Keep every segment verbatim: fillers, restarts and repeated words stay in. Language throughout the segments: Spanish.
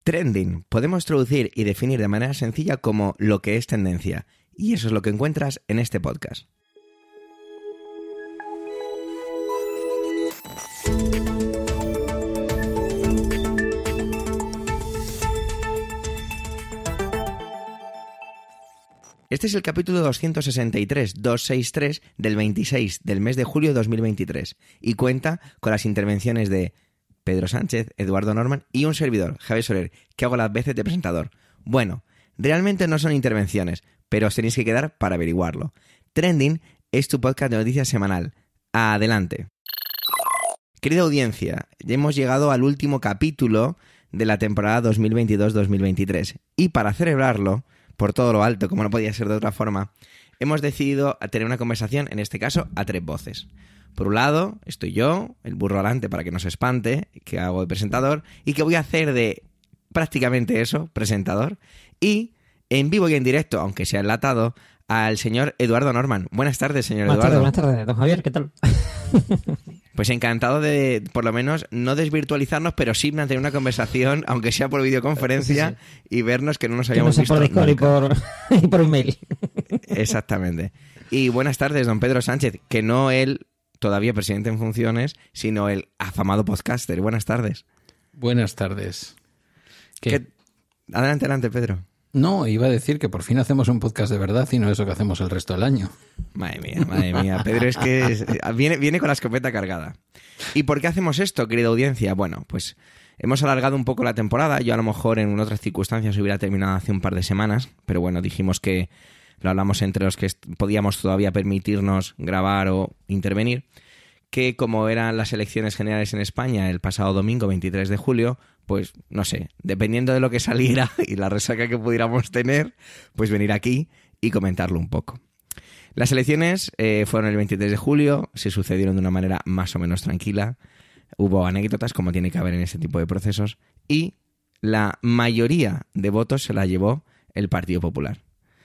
Trending podemos traducir y definir de manera sencilla como lo que es tendencia, y eso es lo que encuentras en este podcast. Este es el capítulo doscientos sesenta y tres, doscientos sesenta y tres del veintiséis del mes de julio de dos mil veintitrés y cuenta con las intervenciones de Pedro Sánchez, Eduardo Norman y un servidor, Javier Soler, que hago las veces de presentador. Bueno, realmente no son intervenciones, pero os tenéis que quedar para averiguarlo. Trending es tu podcast de noticias semanal. Adelante. Querida audiencia, ya hemos llegado al último capítulo de la temporada dos mil veintidós dos mil veintitrés y para celebrarlo, por todo lo alto, como no podía ser de otra forma, hemos decidido tener una conversación, en este caso, a tres voces. Por un lado, estoy yo, el burro alante para que no se espante, que hago de presentador, y que voy a hacer de prácticamente eso, presentador, y en vivo y en directo, aunque sea enlatado, al señor Eduardo Norman. Buenas tardes, señor buenas Eduardo. Buenas tardes, buenas tardes, don Javier, ¿qué tal? Pues encantado de, por lo menos, no desvirtualizarnos, pero sí mantener una conversación, aunque sea por videoconferencia, sí, sí. Y vernos que no nos habíamos que no sea visto por Discord nunca. y por, y por email. Exactamente. Y buenas tardes, don Pedro Sánchez, que no él, todavía presidente en funciones, sino el afamado podcaster. Buenas tardes. Buenas tardes. ¿Qué? ¿Qué? Adelante, adelante, Pedro. No, iba a decir que por fin hacemos un podcast de verdad y no eso que hacemos el resto del año. Madre mía, madre mía. Pedro es que es, viene, viene con la escopeta cargada. ¿Y por qué hacemos esto, querida audiencia? Bueno, pues hemos alargado un poco la temporada. Yo a lo mejor en otras circunstancias hubiera terminado hace un par de semanas, pero bueno, dijimos que lo hablamos entre los que podíamos todavía permitirnos grabar o intervenir, que como eran las elecciones generales en España el pasado domingo veintitrés de julio, pues no sé, dependiendo de lo que saliera y la resaca que pudiéramos tener, pues venir aquí y comentarlo un poco. Las elecciones eh, fueron el veintitrés de julio, se sucedieron de una manera más o menos tranquila, hubo anécdotas como tiene que haber en este tipo de procesos y la mayoría de votos se la llevó el Partido Popular.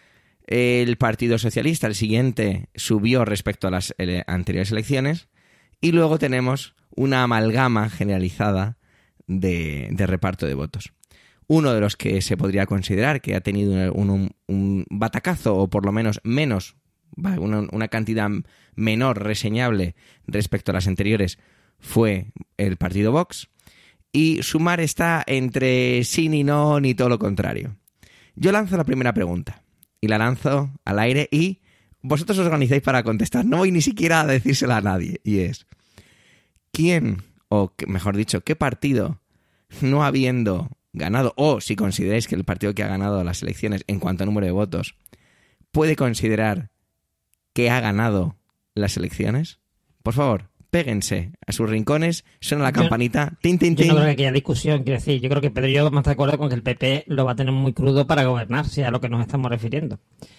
El Partido Socialista, el siguiente, subió respecto a las eh, anteriores elecciones y luego tenemos una amalgama generalizada de, de reparto de votos. Uno de los que se podría considerar que ha tenido un, un, un batacazo o por lo menos menos, una, una cantidad menor reseñable respecto a las anteriores fue el partido Vox y Sumar está entre sí ni no ni todo lo contrario. Yo lanzo la primera pregunta y la lanzo al aire y vosotros os organizáis para contestar. No voy ni siquiera a decírsela a nadie y es ¿quién, o mejor dicho, qué partido no habiendo ganado, o si consideráis que el partido que ha ganado las elecciones en cuanto a número de votos puede considerar que ha ganado las elecciones? Por favor, péguense a sus rincones, suena la campanita, yo, tin, tin, tin. Yo no creo que haya discusión, quiero decir, yo creo que Pedro y yo vamos a estar de acuerdo con que el P P lo va a tener muy crudo para gobernar, si es a lo que nos estamos refiriendo.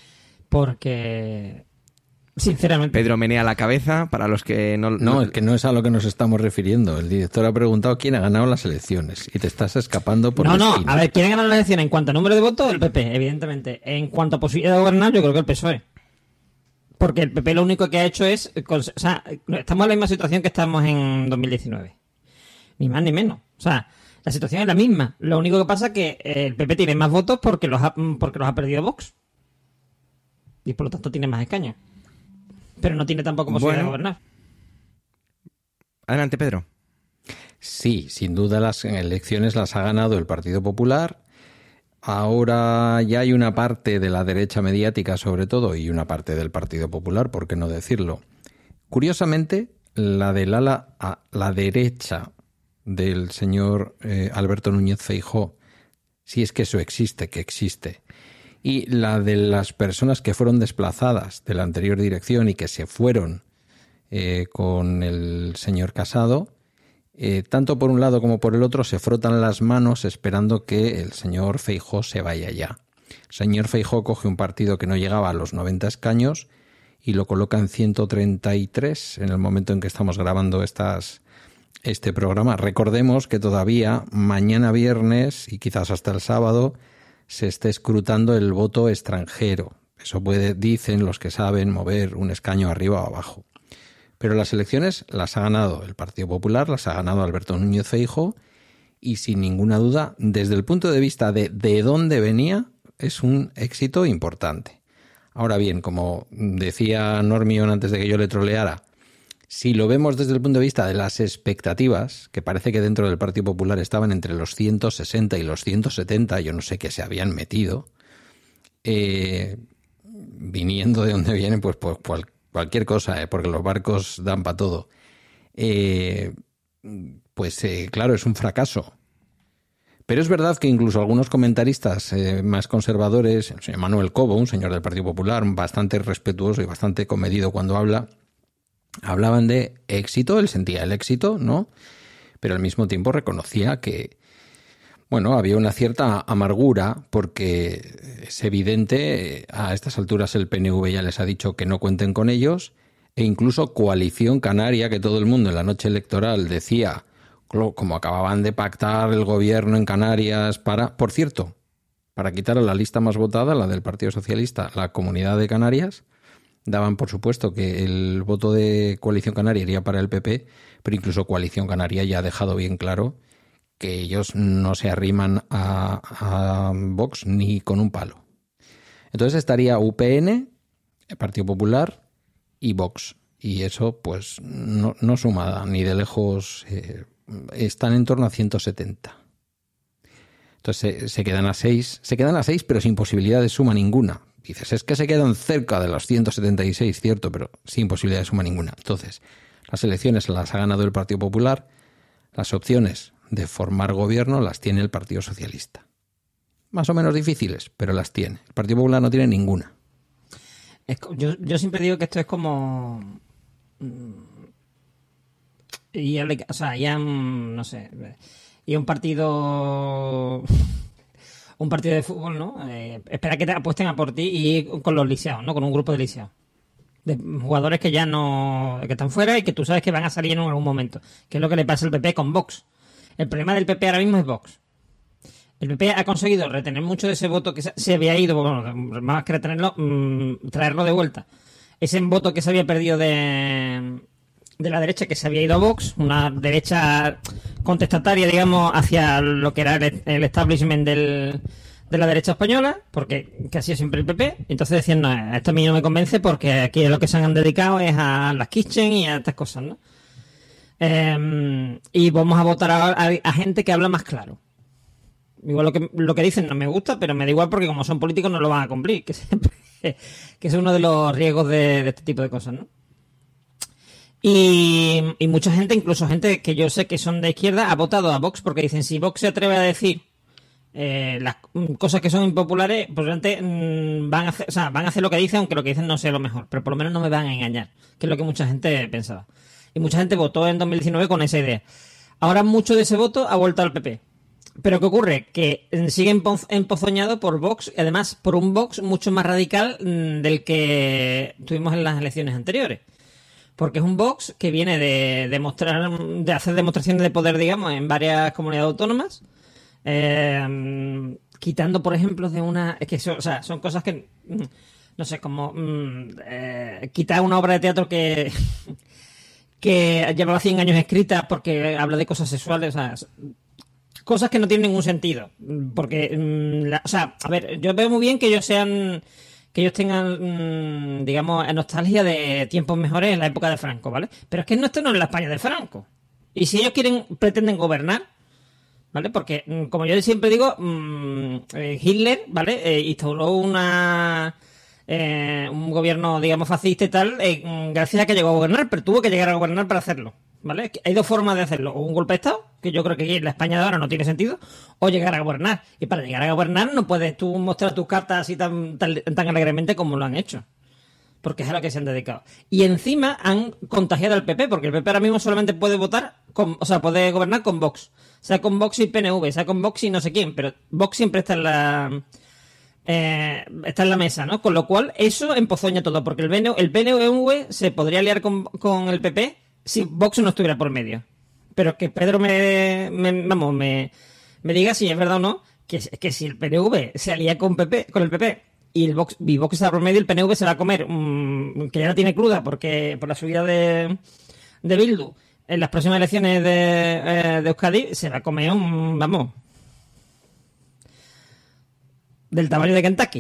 Porque, sinceramente... Pedro menea la cabeza, para los que no... No, no... es que no es a lo que nos estamos refiriendo. El director ha preguntado quién ha ganado las elecciones y te estás escapando por No, la no, esquina. a ver, ¿quién ha ganado las elecciones? En cuanto a número de votos, el P P, evidentemente. En cuanto a posibilidad de gobernar, yo creo que el P S O E. Porque el P P lo único que ha hecho es... O sea, estamos en la misma situación que estamos en dos mil diecinueve. Ni más ni menos. O sea, la situación es la misma. Lo único que pasa es que el P P tiene más votos porque los ha, porque los ha perdido Vox. Y por lo tanto tiene más escaños. Pero no tiene tampoco posibilidad bueno, de gobernar. Adelante, Pedro. Sí, sin duda las elecciones las ha ganado el Partido Popular. Ahora ya hay una parte de la derecha mediática, sobre todo, y una parte del Partido Popular, ¿por qué no decirlo? Curiosamente, la del ala a la derecha del señor eh, Alberto Núñez Feijóo, si es que eso existe, que existe, y la de las personas que fueron desplazadas de la anterior dirección y que se fueron eh, con el señor Casado, eh, tanto por un lado como por el otro se frotan las manos esperando que el señor Feijóo se vaya ya. El señor Feijóo coge un partido que no llegaba a los noventa escaños y lo coloca en ciento treinta y tres en el momento en que estamos grabando estas, este programa. Recordemos que todavía mañana viernes y quizás hasta el sábado se esté escrutando el voto extranjero. Eso puede, dicen los que saben, mover un escaño arriba o abajo. Pero las elecciones las ha ganado el Partido Popular, las ha ganado Alberto Núñez Feijóo y sin ninguna duda, desde el punto de vista de de dónde venía, es un éxito importante. Ahora bien, como decía Normion antes de que yo le troleara, si lo vemos desde el punto de vista de las expectativas, que parece que dentro del Partido Popular estaban entre los ciento sesenta y los ciento setenta, yo no sé qué se habían metido, eh, viniendo de donde vienen, pues, pues cual, cualquier cosa, eh, porque los barcos dan para todo, eh, pues eh, claro, es un fracaso. Pero es verdad que incluso algunos comentaristas eh, más conservadores, el señor Manuel Cobo, un señor del Partido Popular, bastante respetuoso y bastante comedido cuando habla, hablaban de éxito, él sentía el éxito, ¿no? Pero al mismo tiempo reconocía que, bueno, había una cierta amargura porque es evidente, a estas alturas el P N V ya les ha dicho que no cuenten con ellos, e incluso Coalición Canaria, que todo el mundo en la noche electoral decía, como acababan de pactar el gobierno en Canarias para, por cierto, para quitar a la lista más votada, la del Partido Socialista, la Comunidad de Canarias, daban por supuesto que el voto de Coalición Canaria iría para el P P, pero incluso Coalición Canaria ya ha dejado bien claro que ellos no se arriman a, a Vox ni con un palo. Entonces estaría U P N, el Partido Popular y Vox. Y eso pues no, no suma ni de lejos, eh, están en torno a ciento setenta. Entonces se, se quedan a seis, se quedan a seis pero sin posibilidad de suma ninguna. Dices, es que se quedan cerca de los ciento setenta y seis, cierto, pero sin posibilidad de suma ninguna. Entonces, las elecciones las ha ganado el Partido Popular, las opciones de formar gobierno las tiene el Partido Socialista. Más o menos difíciles, pero las tiene. El Partido Popular no tiene ninguna. Es, yo, yo siempre digo que esto es como... Y, o sea, ya, no sé, y un partido... un partido de fútbol, ¿no? Eh, espera que te apuesten a por ti y con los lisiados, ¿no? Con un grupo de lisiados. De jugadores que ya no... que están fuera y que tú sabes que van a salir en algún momento. Que es lo que le pasa al P P con Vox. El problema del P P ahora mismo es Vox. El P P ha conseguido retener mucho de ese voto que se había ido, bueno, más que retenerlo, mmm, traerlo de vuelta. Ese voto que se había perdido de... de la derecha, que se había ido a Vox, una derecha contestataria, digamos, hacia lo que era el, el establishment del, de la derecha española, porque que hacía siempre el P P. Entonces decían, no, esto a mí no me convence porque aquí lo que se han dedicado es a las kitchen y a estas cosas, ¿no? Eh, y vamos a votar a, a, a gente que habla más claro. Igual lo que, lo que dicen no me gusta, pero me da igual porque como son políticos no lo van a cumplir, que, siempre, que es uno de los riesgos de, de este tipo de cosas, ¿no? Y, y mucha gente, incluso gente que yo sé que son de izquierda, ha votado a Vox porque dicen, si Vox se atreve a decir eh, las cosas que son impopulares, pues realmente mmm, van a hacer, o sea, van a hacer lo que dicen, aunque lo que dicen no sea lo mejor, pero por lo menos no me van a engañar, que es lo que mucha gente pensaba. Y mucha gente votó en dos mil diecinueve con esa idea. Ahora mucho de ese voto ha vuelto al P P. Pero ¿qué ocurre? Que sigue empozoñado por Vox, y además por un Vox mucho más radical mmm, del que tuvimos en las elecciones anteriores. Porque es un Vox que viene de demostrar, de hacer demostraciones de poder, digamos, en varias comunidades autónomas, eh, quitando, por ejemplo, de una, es que son, o sea, son cosas que, no sé, como eh, quitar una obra de teatro que que llevaba cien años escrita porque habla de cosas sexuales, o sea, cosas que no tienen ningún sentido, porque, la, o sea, a ver, yo veo muy bien que ellos sean que ellos tengan, digamos, nostalgia de tiempos mejores en la época de Franco, ¿vale? Pero es que esto no es la España de Franco. Y si ellos quieren, pretenden gobernar, ¿vale? Porque, como yo siempre digo, Hitler, ¿vale? Eh, instauró una eh, un gobierno, digamos, fascista y tal, eh, gracias a que llegó a gobernar, pero tuvo que llegar a gobernar para hacerlo, ¿vale? Hay dos formas de hacerlo, o un golpe de Estado, que yo creo que en la España de ahora no tiene sentido, o llegar a gobernar. Y para llegar a gobernar no puedes tú mostrar tus cartas así tan, tan, tan alegremente como lo han hecho, porque es a lo que se han dedicado. Y encima han contagiado al P P, porque el P P ahora mismo solamente puede votar, con, o sea, puede gobernar con Vox, sea con Vox y P N V, sea con Vox y no sé quién, pero Vox siempre está en la... Eh, está en la mesa, ¿no? Con lo cual eso empozoña todo, porque el, BN, el P N V se podría liar con, con el P P si Vox no estuviera por medio. Pero que Pedro me, me vamos, me, me diga si es verdad o no, que, que si el P N V se alía con, P P, con el P P y el Vox, y Vox está por medio, el P N V se va a comer, mmm, que ya la tiene cruda porque por la subida de, de Bildu, en las próximas elecciones de, eh, de Euskadi se va a comer un, vamos, del tamaño de Kentucky.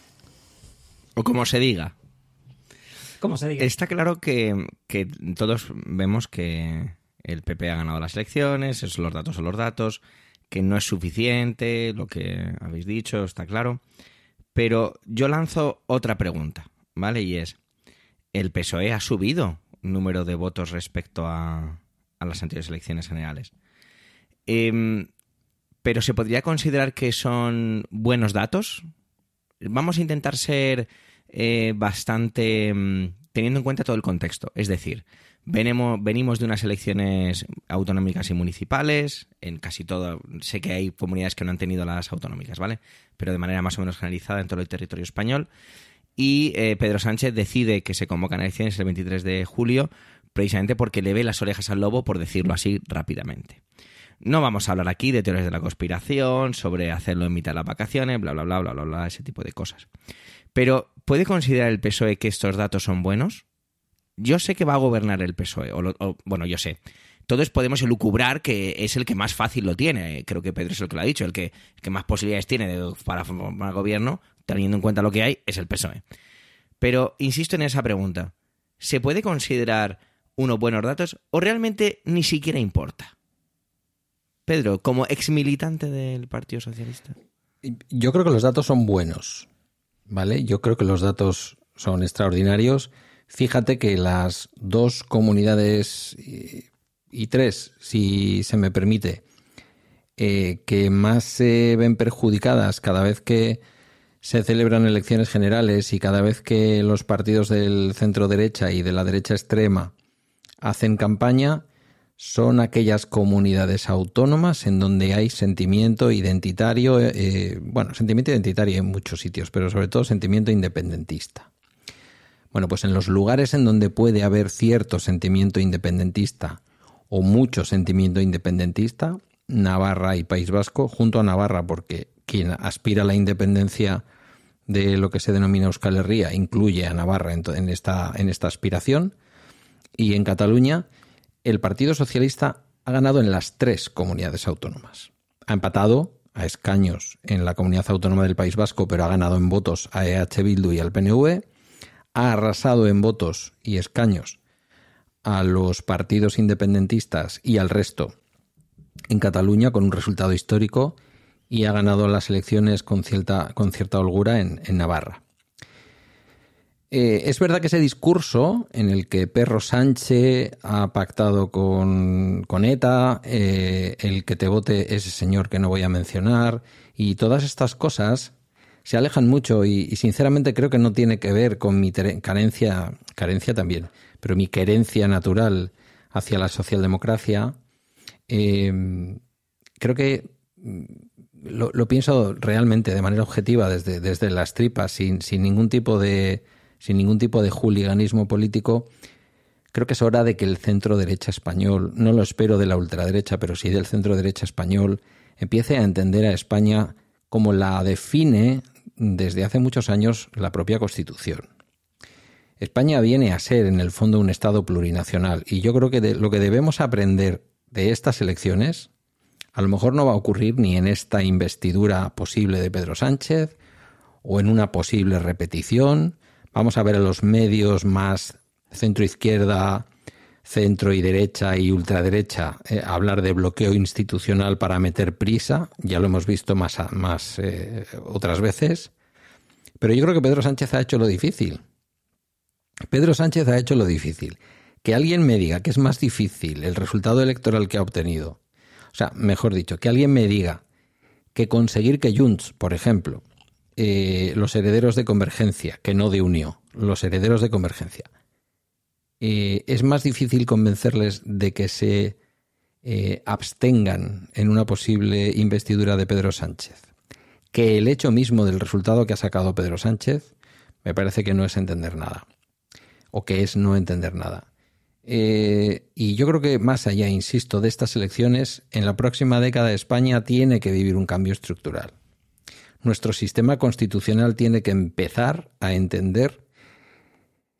O como se diga. Como se diga. Está claro que, que todos vemos que el P P ha ganado las elecciones, esos, los datos son los datos, que no es suficiente, lo que habéis dicho, está claro. Pero yo lanzo otra pregunta, ¿vale? Y es, ¿el P S O E ha subido número de votos respecto a, a las anteriores elecciones generales? Eh, ¿Pero se podría considerar que son buenos datos? Vamos a intentar ser eh, bastante... teniendo en cuenta todo el contexto. Es decir, venimos, venimos de unas elecciones autonómicas y municipales, en casi todo, sé que hay comunidades que no han tenido las autonómicas, ¿vale? Pero de manera más o menos generalizada en todo el territorio español. Y eh, Pedro Sánchez decide que se convocan elecciones el veintitrés de julio, precisamente porque le ve las orejas al lobo, por decirlo así rápidamente. No vamos a hablar aquí de teorías de la conspiración, sobre hacerlo en mitad de las vacaciones, bla, bla, bla, bla, bla, bla, ese tipo de cosas. Pero, ¿puede considerar el P S O E que estos datos son buenos? Yo sé que va a gobernar el P S O E, o, lo, o bueno, yo sé. Todos podemos elucubrar que es el que más fácil lo tiene. Creo que Pedro es el que lo ha dicho, el que, el que más posibilidades tiene de, para formar gobierno, teniendo en cuenta lo que hay, es el P S O E. Pero insisto en esa pregunta. ¿Se puede considerar unos buenos datos o realmente ni siquiera importa? Pedro, como exmilitante del Partido Socialista. Yo creo que los datos son buenos, ¿vale? Yo creo que los datos son extraordinarios. Fíjate que las dos comunidades, y, y tres, si se me permite, eh, que más se ven perjudicadas cada vez que se celebran elecciones generales y cada vez que los partidos del centro derecha y de la derecha extrema hacen campaña, son aquellas comunidades autónomas en donde hay sentimiento identitario, eh, bueno, sentimiento identitario en muchos sitios, pero sobre todo sentimiento independentista. Bueno, pues en los lugares en donde puede haber cierto sentimiento independentista o mucho sentimiento independentista, Navarra y País Vasco, junto a Navarra, porque quien aspira a la independencia de lo que se denomina Euskal Herria incluye a Navarra en, en, esta, en esta aspiración, y en Cataluña el Partido Socialista ha ganado en las tres comunidades autónomas. Ha empatado a escaños en la comunidad autónoma del País Vasco, pero ha ganado en votos a E H Bildu y al P N V. Ha arrasado en votos y escaños a los partidos independentistas y al resto en Cataluña con un resultado histórico, y ha ganado las elecciones con cierta, con cierta holgura en, en Navarra. Eh, es verdad que ese discurso en el que Pedro Sánchez ha pactado con, con ETA, eh, el que te vote ese señor que no voy a mencionar, y todas estas cosas se alejan mucho y, y sinceramente creo que no tiene que ver con mi ter- carencia, carencia también, pero mi querencia natural hacia la socialdemocracia. Eh, creo que lo, lo pienso realmente de manera objetiva desde, desde las tripas, sin, sin ningún tipo de sin ningún tipo de hooliganismo político. Creo que es hora de que el centro derecha español, no lo espero de la ultraderecha, pero sí del centro derecha español, empiece a entender a España como la define desde hace muchos años la propia Constitución. España viene a ser, en el fondo, un Estado plurinacional, y yo creo que de, lo que debemos aprender de estas elecciones, a lo mejor no va a ocurrir ni en esta investidura posible de Pedro Sánchez o en una posible repetición. Vamos a ver a los medios más centro-izquierda, centro y derecha y ultraderecha eh, hablar de bloqueo institucional para meter prisa. Ya lo hemos visto más, a, más eh, otras veces. Pero yo creo que Pedro Sánchez ha hecho lo difícil. Pedro Sánchez ha hecho lo difícil. Que alguien me diga que es más difícil el resultado electoral que ha obtenido. O sea, mejor dicho, que alguien me diga que conseguir que Junts, por ejemplo, Eh, los herederos de Convergencia, que no de Unió, los herederos de Convergencia, eh, es más difícil convencerles de que se eh, abstengan en una posible investidura de Pedro Sánchez que el hecho mismo del resultado que ha sacado Pedro Sánchez. Me parece que no es entender nada, o que es no entender nada. Eh, y yo creo que más allá, insisto, de estas elecciones, en la próxima década España tiene que vivir un cambio estructural. Nuestro sistema constitucional tiene que empezar a entender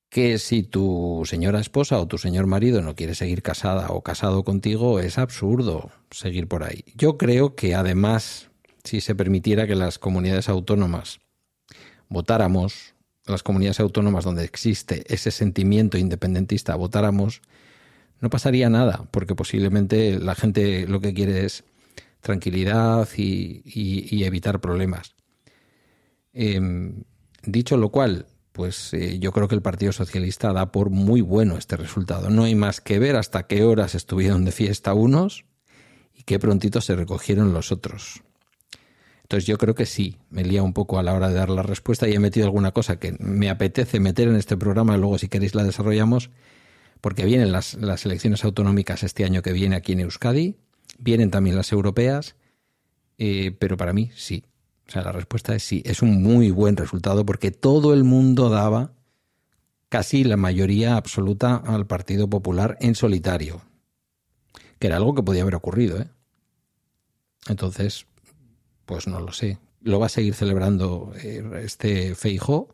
que si tu señora esposa o tu señor marido no quiere seguir casada o casado contigo, es absurdo seguir por ahí. Yo creo que además, si se permitiera que las comunidades autónomas votáramos, las comunidades autónomas donde existe ese sentimiento independentista, votáramos, no pasaría nada, porque posiblemente la gente lo que quiere es tranquilidad y, y, y evitar problemas. Eh, dicho lo cual, pues eh, yo creo que el Partido Socialista da por muy bueno este resultado. No hay más que ver hasta qué horas estuvieron de fiesta unos y qué prontito se recogieron los otros. Entonces yo creo que sí, me lía un poco a la hora de dar la respuesta y he metido alguna cosa que me apetece meter en este programa, luego si queréis la desarrollamos, porque vienen las, las elecciones autonómicas este año que viene aquí en Euskadi, vienen también las europeas, eh, pero para mí sí. O sea, la respuesta es sí. Es un muy buen resultado porque todo el mundo daba casi la mayoría absoluta al Partido Popular en solitario, que era algo que podía haber ocurrido, ¿eh? Entonces, pues no lo sé. Lo va a seguir celebrando eh, este Feijóo,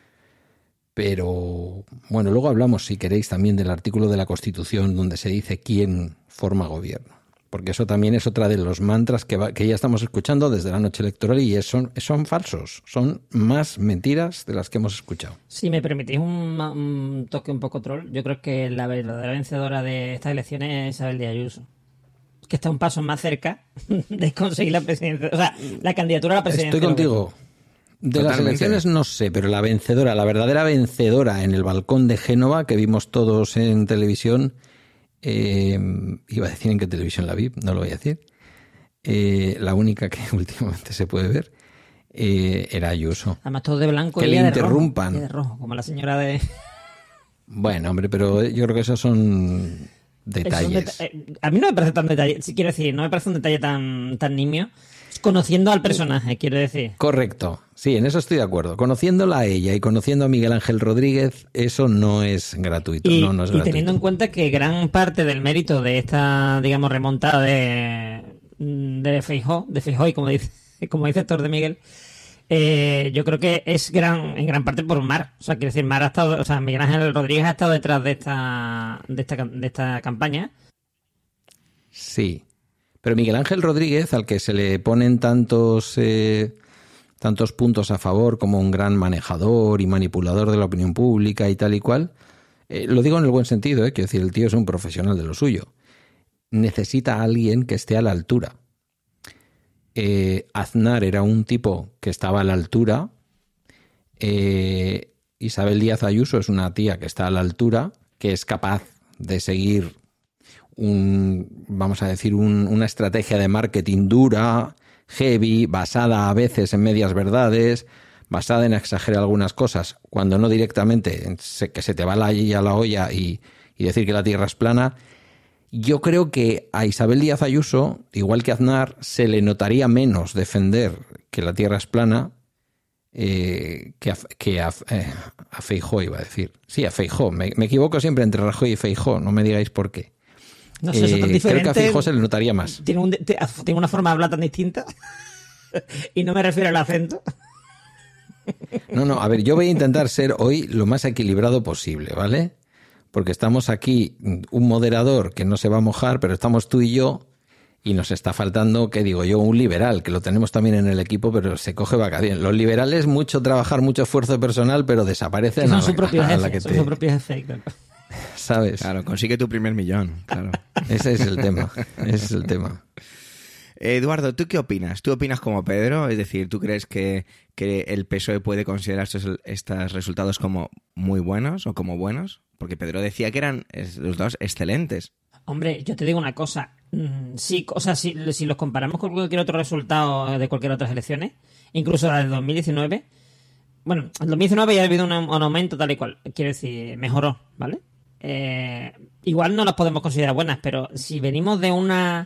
pero bueno, luego hablamos, si queréis, también del artículo de la Constitución donde se dice quién forma gobierno. Porque eso también es otra de los mantras que, va, que ya estamos escuchando desde la noche electoral y es, son, son falsos, son más mentiras de las que hemos escuchado. Si me permitís un, un toque un poco troll, yo creo que la verdadera vencedora de estas elecciones es Isabel Díaz Ayuso, que está un paso más cerca de conseguir la presidencia, o sea, la candidatura a la presidencia. Estoy contigo. De Totalmente. Las elecciones no sé, pero la vencedora, la verdadera vencedora en el balcón de Génova que vimos todos en televisión. Eh, iba a decir en qué televisión la vi, no lo voy a decir. Eh, la única que últimamente se puede ver eh, era Ayuso. Además todo de blanco que y le de interrumpan. Rojo, y de rojo, como la señora de... Bueno, hombre, pero yo creo que esos son detalles. Es un deta- a mí no me parece tan detalle, si quiero decir, no me parece un detalle tan, tan nimio. Conociendo al personaje, quiero decir. Correcto. Sí, en eso estoy de acuerdo. Conociéndola a ella y conociendo a Miguel Ángel Rodríguez, eso no es gratuito. Y, no, no es y gratuito. teniendo en cuenta que gran parte del mérito de esta, digamos, remontada de, de Feijóo, de Feijóo y como dice, como dice Héctor de Miguel, eh, yo creo que es gran, en gran parte por Mar. O sea, quiero decir, Mar ha estado, o sea, Miguel Ángel Rodríguez ha estado detrás de esta, de esta, de esta campaña. Sí. Pero Miguel Ángel Rodríguez, al que se le ponen tantos, eh, tantos puntos a favor como un gran manejador y manipulador de la opinión pública y tal y cual, eh, lo digo en el buen sentido, eh, quiero decir, el tío es un profesional de lo suyo. Necesita a alguien que esté a la altura. Eh, Aznar era un tipo que estaba a la altura. Eh, Isabel Díaz Ayuso es una tía que está a la altura, que es capaz de seguir un, vamos a decir, un, una estrategia de marketing dura, heavy, basada a veces en medias verdades, basada en exagerar algunas cosas, cuando no directamente, en se, que se te va la, a la olla y, y decir que la Tierra es plana. Yo creo que a Isabel Díaz Ayuso, igual que a Aznar, se le notaría menos defender que la Tierra es plana eh, que, a, que a, eh, a Feijóo, iba a decir. Sí, a Feijóo. Me, me equivoco siempre entre Rajoy y Feijóo, no me digáis por qué. No sé, eso tan eh, diferente. Creo que a Feijóo se le notaría más. Tiene, un, tiene una forma de hablar tan distinta. Y no me refiero al acento. No, no, a ver, yo voy a intentar ser hoy lo más equilibrado posible, ¿vale? Porque estamos aquí, un moderador que no se va a mojar, pero estamos tú y yo, y nos está faltando, ¿qué digo yo? Un liberal, que lo tenemos también en el equipo, pero se coge vacaciones. Los liberales, mucho trabajar, mucho esfuerzo personal, pero desaparecen son a sus propios a la jefes, que son te... sus propios efectos. ¿Sabes? Claro, consigue tu primer millón, claro. Ese es el tema, ese es el tema. Eduardo, ¿tú qué opinas? ¿Tú opinas como Pedro? Es decir, ¿tú crees que, que el P S O E puede considerar estos, estos resultados como muy buenos o como buenos? Porque Pedro decía que eran los dos excelentes. Hombre, yo te digo una cosa. Sí, o sea, si, si los comparamos con cualquier otro resultado de cualquier otras elecciones, incluso la de dos mil diecinueve, bueno, en dos mil diecinueve ya ha habido un, un aumento tal y cual. Quiero decir, mejoró, ¿vale? Eh, igual no las podemos considerar buenas, pero si venimos de una...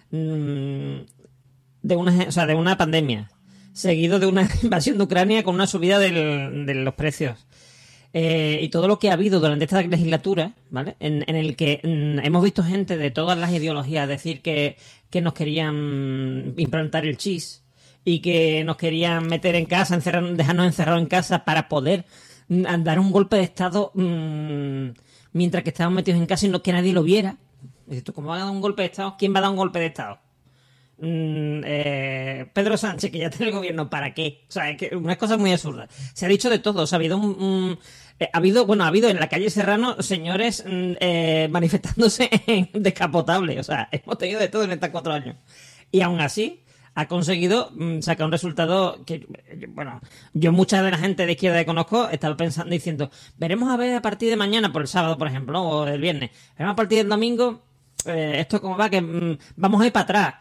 de una, o sea, de una pandemia, seguido de una invasión de Ucrania con una subida del, de los precios, eh, y todo lo que ha habido durante esta legislatura, ¿vale? En, en el que mm, hemos visto gente de todas las ideologías decir que, que nos querían implantar el chis y que nos querían meter en casa, encerrar, dejarnos encerrados en casa para poder dar un golpe de Estado mmm, mientras que estábamos metidos en casa y no que nadie lo viera. Dices tú, ¿cómo va a dar un golpe de Estado? ¿Quién va a dar un golpe de Estado? Mm, eh, Pedro Sánchez, que ya tiene el gobierno, ¿para qué? O sea, es que unas cosas muy absurdas. Se ha dicho de todo. O sea, ha habido un, un eh, ha habido, bueno, ha habido en la calle Serrano señores mm, eh, manifestándose en descapotable. O sea, hemos tenido de todo en estos cuatro años. Y aún así ha conseguido mmm, sacar un resultado que, bueno, yo mucha de la gente de izquierda que conozco estaba pensando, diciendo, veremos a ver a partir de mañana, por el sábado, por ejemplo, o el viernes, veremos a partir del domingo, eh, esto cómo va, que mmm, vamos a ir para atrás.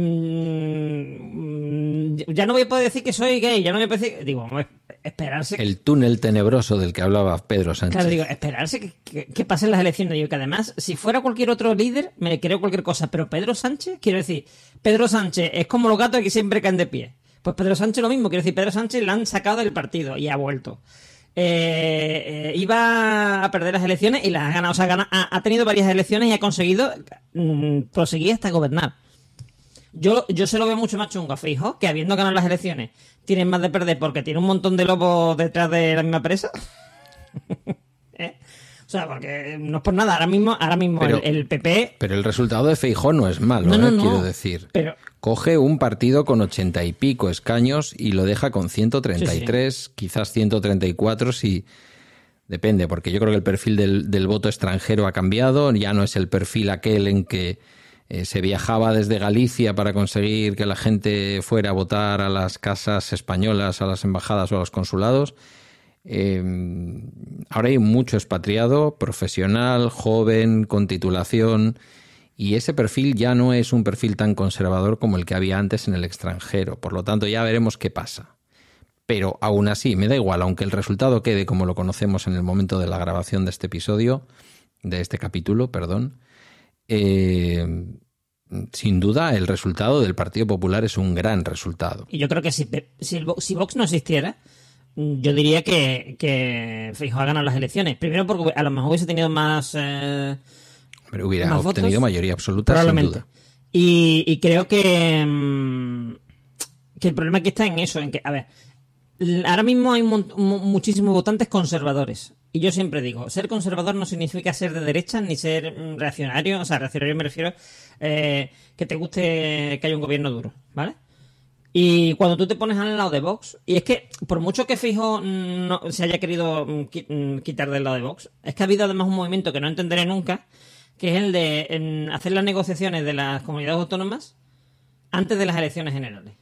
Mm, ya no voy a poder decir que soy gay, ya no voy a poder decir, digo, esperarse. El túnel tenebroso del que hablaba Pedro Sánchez. Claro, digo, esperarse que, que, que pasen las elecciones. Digo que además, si fuera cualquier otro líder, me creo cualquier cosa, pero Pedro Sánchez, quiero decir, Pedro Sánchez es como los gatos que siempre caen de pie. Pues Pedro Sánchez lo mismo, quiero decir, Pedro Sánchez lo han sacado del partido y ha vuelto. Eh, eh, iba a perder las elecciones y las ha ganado, o sea, ha, ha tenido varias elecciones y ha conseguido mm, proseguir hasta gobernar. Yo, yo se lo veo mucho más chungo a Feijóo, que habiendo ganado las elecciones, tienen más de perder porque tiene un montón de lobos detrás de la misma presa. ¿Eh? O sea, porque no es por nada, ahora mismo, ahora mismo pero, el, el P P... Pero el resultado de Feijóo no es malo, no, no, ¿eh? no, Quiero decir. Pero... Coge un partido con ochenta y pico escaños y lo deja con ciento treinta y tres, sí, sí. Quizás ciento treinta y cuatro si... Depende, porque yo creo que el perfil del, del voto extranjero ha cambiado, ya no es el perfil aquel en que Eh, se viajaba desde Galicia para conseguir que la gente fuera a votar a las casas españolas, a las embajadas o a los consulados. Eh, ahora hay mucho expatriado, profesional, joven, con titulación, y ese perfil ya no es un perfil tan conservador como el que había antes en el extranjero. Por lo tanto, ya veremos qué pasa. Pero aún así, me da igual, aunque el resultado quede como lo conocemos en el momento de la grabación de este episodio, de este capítulo, perdón. Eh, sin duda el resultado del Partido Popular es un gran resultado. Y yo creo que si, si, el, si Vox no existiera, yo diría que, que Feijóo ha ganado las elecciones. Primero porque a lo mejor hubiese tenido más... Eh, Pero hubiera más obtenido votos, mayoría absoluta, probablemente. sin duda. Y, y creo que, que el problema aquí está en eso, en que, a ver, ahora mismo hay un, un, muchísimos votantes conservadores. Y yo siempre digo, ser conservador no significa ser de derecha ni ser reaccionario. O sea, reaccionario me refiero eh, que te guste que haya un gobierno duro, ¿vale? Y cuando tú te pones al lado de Vox, y es que por mucho que Feijóo no se haya querido quitar del lado de Vox, es que ha habido además un movimiento que no entenderé nunca, que es el de en hacer las negociaciones de las comunidades autónomas antes de las elecciones generales.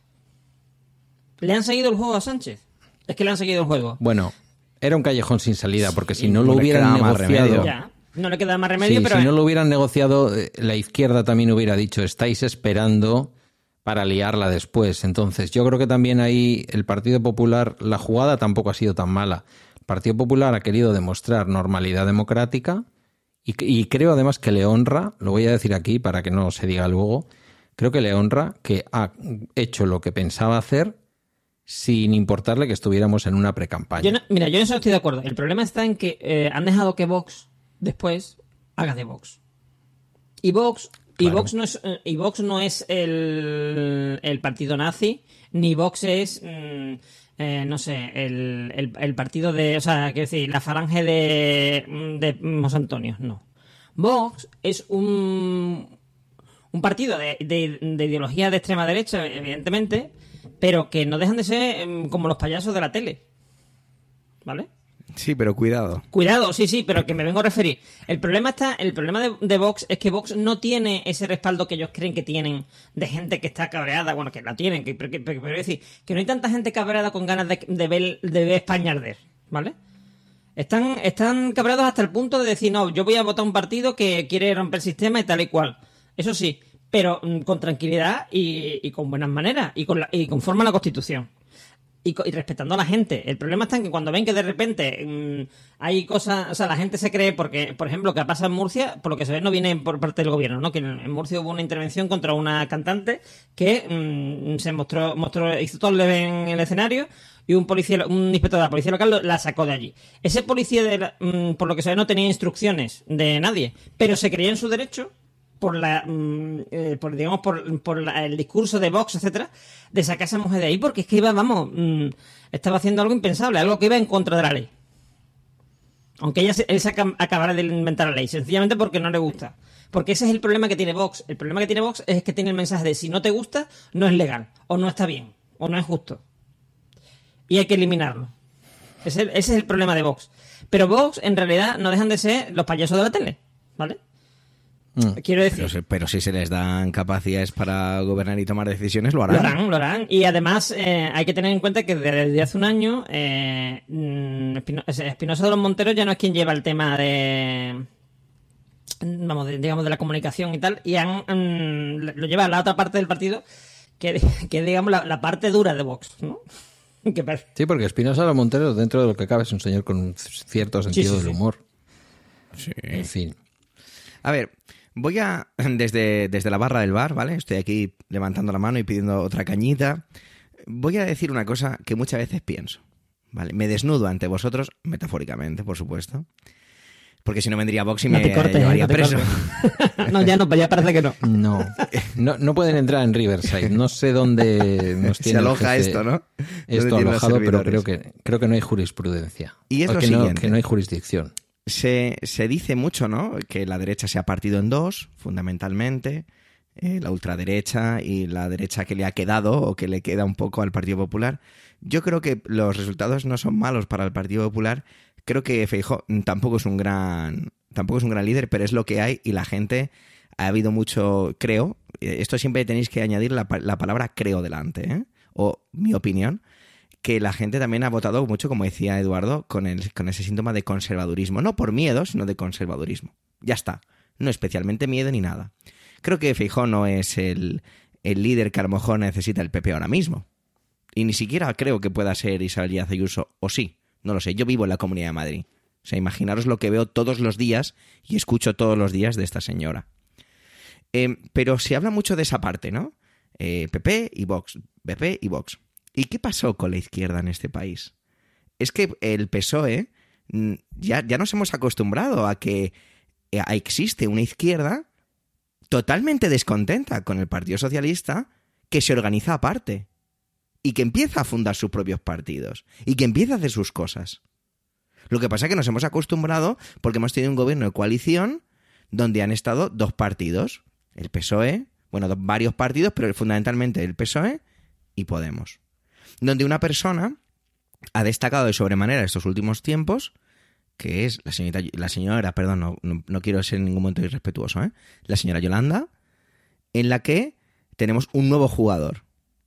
¿Le han seguido el juego a Sánchez? Es que le han seguido el juego. Bueno... Era un callejón sin salida, porque si sí, no lo no hubieran negociado... Ya, no le queda más remedio, sí, pero... Si no lo hubieran negociado, la izquierda también hubiera dicho, estáis esperando para liarla después. Entonces, yo creo que también ahí el Partido Popular, la jugada tampoco ha sido tan mala. El Partido Popular ha querido demostrar normalidad democrática y, y creo además que le honra, lo voy a decir aquí para que no se diga luego, creo que le honra que ha hecho lo que pensaba hacer sin importarle que estuviéramos en una precampaña. Yo no, mira, yo en eso estoy de acuerdo. El problema está en que eh, han dejado que Vox después haga de Vox. Y Vox, claro. y Vox no es, y Vox no es el, el partido nazi, ni Vox es, mm, eh, no sé, el, el, el partido de, o sea, quiero decir, la falange de, de Mos Antonio, no. Vox es un, un partido de, de, de ideología de extrema derecha, evidentemente, pero que no dejan de ser um, como los payasos de la tele. ¿Vale? Sí, pero cuidado. Cuidado, sí, sí, pero que me vengo a referir. El problema está, el problema de, de Vox es que Vox no tiene ese respaldo que ellos creen que tienen de gente que está cabreada, bueno, que la tienen, que, pero, pero, pero decir, que no hay tanta gente cabreada con ganas de, de, ver, de ver España arder, ¿vale? Están, están cabreados hasta el punto de decir, no, yo voy a votar un partido que quiere romper el sistema y tal y cual. Eso sí, pero mm, con tranquilidad y, y con buenas maneras y, con la, y conforme a la Constitución. Y, y respetando a la gente. El problema está en que cuando ven que de repente mmm, hay cosas, o sea, la gente se cree, porque, por ejemplo, que ha pasado en Murcia, por lo que se ve no viene por parte del gobierno, ¿no? Que en, en Murcia hubo una intervención contra una cantante que mmm, se mostró, mostró, hizo todo leve en el escenario y un policía, un inspector de la policía local la sacó de allí. Ese policía, de la, mmm, por lo que se ve, no tenía instrucciones de nadie, pero se creía en su derecho por la eh, por digamos por, por la, el discurso de Vox, etcétera, de sacar a esa mujer de ahí, porque es que iba, vamos, mmm, estaba haciendo algo impensable, algo que iba en contra de la ley. Aunque ella se, él se aca- acabara de inventar la ley, sencillamente porque no le gusta. Porque ese es el problema que tiene Vox. El problema que tiene Vox es que tiene el mensaje de si no te gusta, no es legal, o no está bien, o no es justo. Y hay que eliminarlo. Ese, ese es el problema de Vox. Pero Vox, en realidad, no dejan de ser los payasos de la tele, ¿vale? Mm. Quiero decir... Pero, pero si se les dan capacidades para gobernar y tomar decisiones, lo harán. Lo harán, lo harán. Y además eh, hay que tener en cuenta que desde hace un año eh, Espinosa de los Monteros ya no es quien lleva el tema de... vamos, de, digamos, de la comunicación y tal, y han, um, lo lleva a la otra parte del partido, que, que digamos, la, la parte dura de Vox, ¿no? Que sí, porque Espinosa de los Monteros, dentro de lo que cabe, es un señor con un cierto sentido sí, sí, del humor. Sí. En fin. A ver, voy a, desde, desde la barra del bar, ¿vale? Estoy aquí levantando la mano y pidiendo otra cañita. Voy a decir una cosa que muchas veces pienso, ¿vale? Me desnudo ante vosotros, metafóricamente, por supuesto. Porque si no vendría Vox y no me te cortes, llevaría no te preso. No, ya no, ya parece que no. No, no, no pueden entrar en Riverside. No sé dónde nos tiene se aloja esto, ¿no? Esto alojado, pero creo que creo que no hay jurisprudencia. Y es o lo que siguiente. No, que no hay jurisdicción. Se, se dice mucho, ¿no? Que la derecha se ha partido en dos, fundamentalmente. Eh, la ultraderecha y la derecha que le ha quedado o que le queda un poco al Partido Popular. Yo creo que los resultados no son malos para el Partido Popular. Creo que Feijóo tampoco es un gran tampoco es un gran líder, pero es lo que hay y la gente ha habido mucho, creo, esto siempre tenéis que añadir la, la palabra creo delante, ¿eh? O mi opinión, que la gente también ha votado mucho, como decía Eduardo, con el con ese síntoma de conservadurismo, no por miedo, sino de conservadurismo. Ya está, no especialmente miedo ni nada. Creo que Feijóo no es el, el líder que a lo mejor necesita el P P ahora mismo. Y ni siquiera creo que pueda ser Isabel Díaz Ayuso, o sí. No lo sé, yo vivo en la Comunidad de Madrid. O sea, imaginaros lo que veo todos los días y escucho todos los días de esta señora. Eh, pero se habla mucho de esa parte, ¿no? Eh, P P y Vox, P P y Vox. ¿Y qué pasó con la izquierda en este país? Es que el P S O E ya, ya nos hemos acostumbrado a que a, existe una izquierda totalmente descontenta con el Partido Socialista que se organiza aparte. Y que empieza a fundar sus propios partidos. Y que empieza a hacer sus cosas. Lo que pasa es que nos hemos acostumbrado porque hemos tenido un gobierno de coalición donde han estado dos partidos. El P S O E, bueno, dos, varios partidos, pero fundamentalmente el P S O E y Podemos. Donde una persona ha destacado de sobremanera estos últimos tiempos, que es la señora, la señora perdón, no, no, no quiero ser en ningún momento irrespetuoso, ¿eh? La señora Yolanda, en la que tenemos un nuevo jugador,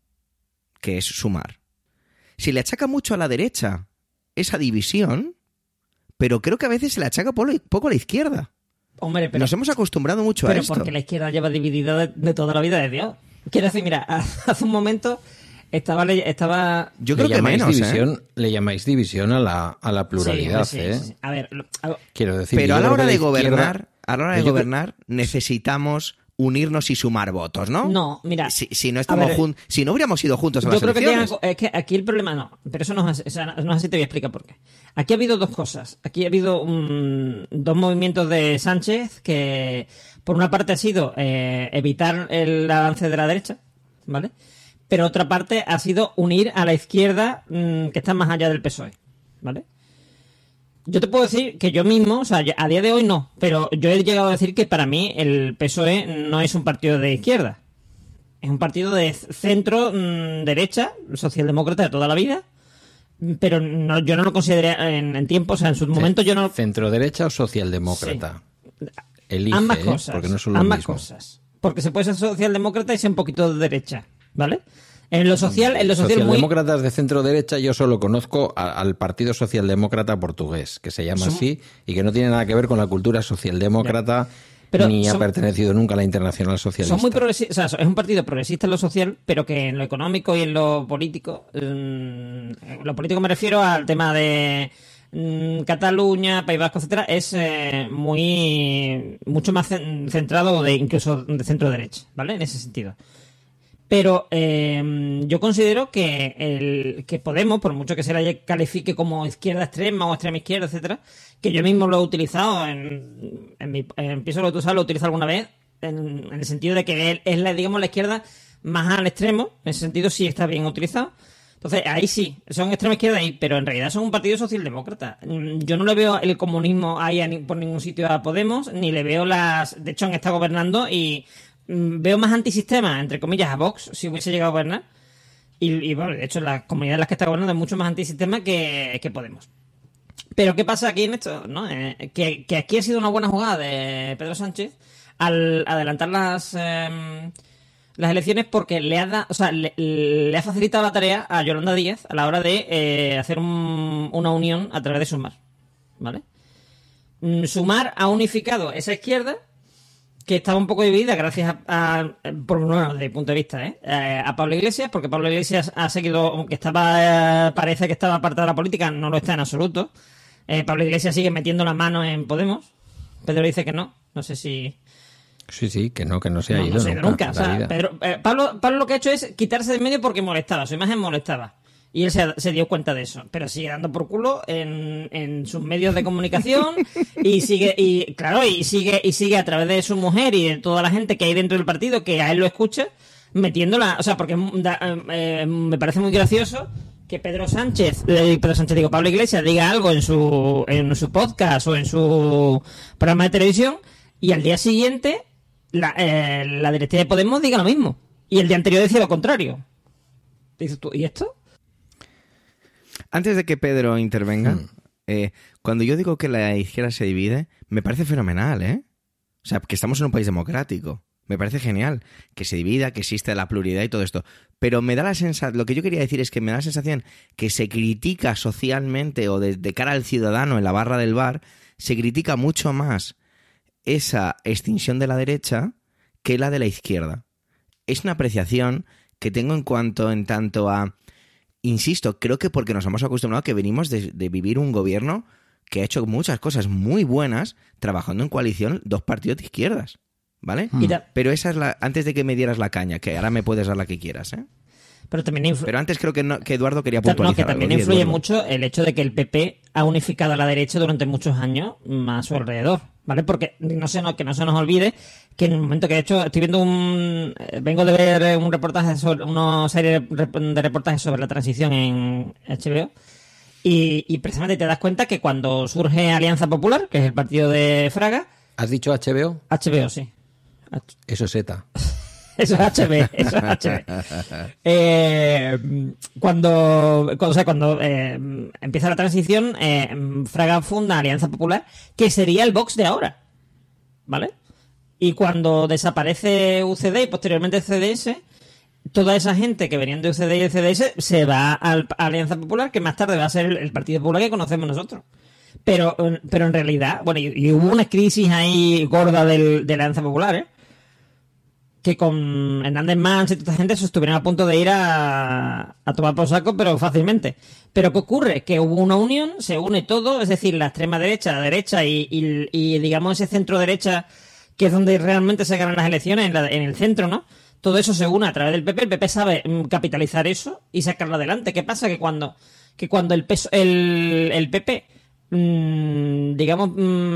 que es Sumar. Se le achaca mucho a la derecha esa división, pero creo que a veces se le achaca poco a la izquierda. Hombre, pero, nos hemos acostumbrado mucho pero a esto. Pero porque la izquierda lleva dividida de, de toda la vida de Dios. Quiero decir, mira, hace un momento estaba... estaba Yo creo que menos, división, ¿eh? Le llamáis división a la, a la pluralidad, sí, sí, ¿eh? Sí, sí. A ver, a... Quiero decir... Pero a la hora de izquierda, gobernar, a la hora de gobernar que... necesitamos unirnos y sumar votos, ¿no? No, mira... Si, si no estamos jun... si no hubiéramos ido juntos a yo las creo elecciones... Que, es que aquí el problema no, pero eso no es, así, o sea, no es así, te voy a explicar por qué. Aquí ha habido dos cosas. Aquí ha habido um, dos movimientos de Sánchez que, por una parte, ha sido eh, evitar el avance de la derecha, ¿vale? Pero otra parte ha sido unir a la izquierda um, que está más allá del P S O E, ¿vale? Yo te puedo decir que yo mismo, o sea, a día de hoy no, pero yo he llegado a decir que para mí el P S O E no es un partido de izquierda. Es un partido de centro, mmm, derecha, socialdemócrata de toda la vida, pero no, yo no lo consideré en, en tiempo, o sea, en su momento yo no... ¿Centro derecha o socialdemócrata? Sí. Elige, ambas ¿eh? cosas, Porque no son lo ambas mismo. cosas. Porque se puede ser socialdemócrata y ser un poquito de derecha, ¿vale? En lo social, en lo social Socialdemócratas muy... de centro derecha yo solo conozco a, al Partido Socialdemócrata Portugués, que se llama son... así, y que no tiene nada que ver con la cultura socialdemócrata, pero ni son... ha pertenecido nunca a la Internacional Socialista. Son muy progresistas, o sea, es un partido progresista en lo social, pero que en lo económico y en lo político, en lo político me refiero al tema de Cataluña, País Vasco, etcétera, es eh, muy mucho más centrado de incluso de centro derecha, ¿vale? En ese sentido. Pero eh, yo considero que el que Podemos, por mucho que se la califique como izquierda extrema o extrema izquierda, etcétera, que yo mismo lo he utilizado en, en mi en pienso lo que tú sabes, lo he utilizado alguna vez, en, en el sentido de que es la, digamos, la izquierda más al extremo, en ese sentido sí está bien utilizado. Entonces, ahí sí, son extrema izquierda ahí, pero en realidad son un partido socialdemócrata. Yo no le veo el comunismo ahí a ni, por ningún sitio a Podemos, ni le veo las... De hecho, han estado gobernando y mm, veo más antisistema, entre comillas, a Vox, si hubiese llegado a gobernar. Y, y bueno, de hecho, las comunidades en las que está gobernando es mucho más antisistema que, que Podemos. Pero ¿qué pasa aquí en esto? ¿No? Eh, que, que aquí ha sido una buena jugada de Pedro Sánchez al adelantar las... Eh, las elecciones porque le ha da, o sea, le, le ha facilitado la tarea a Yolanda Díaz a la hora de eh, hacer un, una unión a través de Sumar, ¿vale? Sumar ha unificado esa izquierda que estaba un poco dividida gracias a, a por lo menos desde mi punto de vista, ¿eh? a Pablo Iglesias, porque Pablo Iglesias ha seguido, aunque estaba, eh, parece que estaba apartado de la política, no lo está en absoluto. Eh, Pablo Iglesias sigue metiendo la mano en Podemos. Pedro dice que no, no sé si... Sí, sí, que no, que no se ha no, ido no se ha ido nunca. nunca. O sea, Pedro, eh, Pablo, Pablo lo que ha hecho es quitarse de medio porque molestaba, su imagen molestaba. Y él se, se dio cuenta de eso. Pero sigue dando por culo en, en sus medios de comunicación y sigue, y claro, y sigue, y sigue a través de su mujer y de toda la gente que hay dentro del partido que a él lo escucha, metiéndola, o sea, porque da, eh, me parece muy gracioso que Pedro Sánchez, eh, Pedro Sánchez digo, Pablo Iglesias diga algo en su, en su podcast o en su programa de televisión y al día siguiente La, eh, la directiva de Podemos diga lo mismo. Y el día anterior decía lo contrario. Dices tú, ¿y esto? Antes de que Pedro intervenga, hmm. eh, cuando yo digo que la izquierda se divide, me parece fenomenal, ¿eh? O sea, que estamos en un país democrático. Me parece genial que se divida, que existe la pluralidad y todo esto. Pero me da la sensación, lo que yo quería decir es que me da la sensación que se critica socialmente o de, de cara al ciudadano en la barra del bar, se critica mucho más esa extinción de la derecha que la de la izquierda. Es una apreciación que tengo en cuanto en tanto a, insisto, creo que porque nos hemos acostumbrado a que venimos de, de vivir un gobierno que ha hecho muchas cosas muy buenas trabajando en coalición dos partidos de izquierdas, ¿vale? Mira. Pero esa es la, antes de que me dieras la caña, que ahora me puedes dar la que quieras, ¿eh? Pero también influ- Pero antes creo que, no, que Eduardo quería no, puntualizar que también algo. influye Eduardo. mucho el hecho de que el P P ha unificado a la derecha durante muchos años a su alrededor, ¿vale? Porque no se nos, que no se nos olvide que en el momento que de hecho estoy viendo un... Vengo de ver un reportaje sobre... una serie de reportajes sobre la transición en H B O y, y precisamente te das cuenta que cuando surge Alianza Popular, que es el partido de Fraga... ¿Has dicho H B O? H B O, sí. H- Eso es ETA. Eso es H B, eso es H B. Eh, cuando, cuando, o sea, cuando eh, empieza la transición, eh, Fraga funda Alianza Popular, que sería el Vox de ahora, ¿vale? Y cuando desaparece U C D y posteriormente C D S, toda esa gente que venían de U C D y de C D S se va al, a Alianza Popular, que más tarde va a ser el, el Partido Popular que conocemos nosotros. Pero, pero en realidad, bueno, y, y hubo una crisis ahí gorda del, de la Alianza Popular, ¿eh? Que con Hernández Mans y toda esta gente se estuvieron a punto de ir a, a tomar por saco, pero fácilmente. Pero ¿qué ocurre? Que hubo una unión, se une todo, es decir, la extrema derecha, la derecha y, y, y digamos ese centro derecha, que es donde realmente se ganan las elecciones, en, la, en el centro, ¿no? Todo eso se une a través del P P, el P P sabe capitalizar eso y sacarlo adelante. ¿Qué pasa? Que cuando, que cuando el, peso, el, el P P... digamos,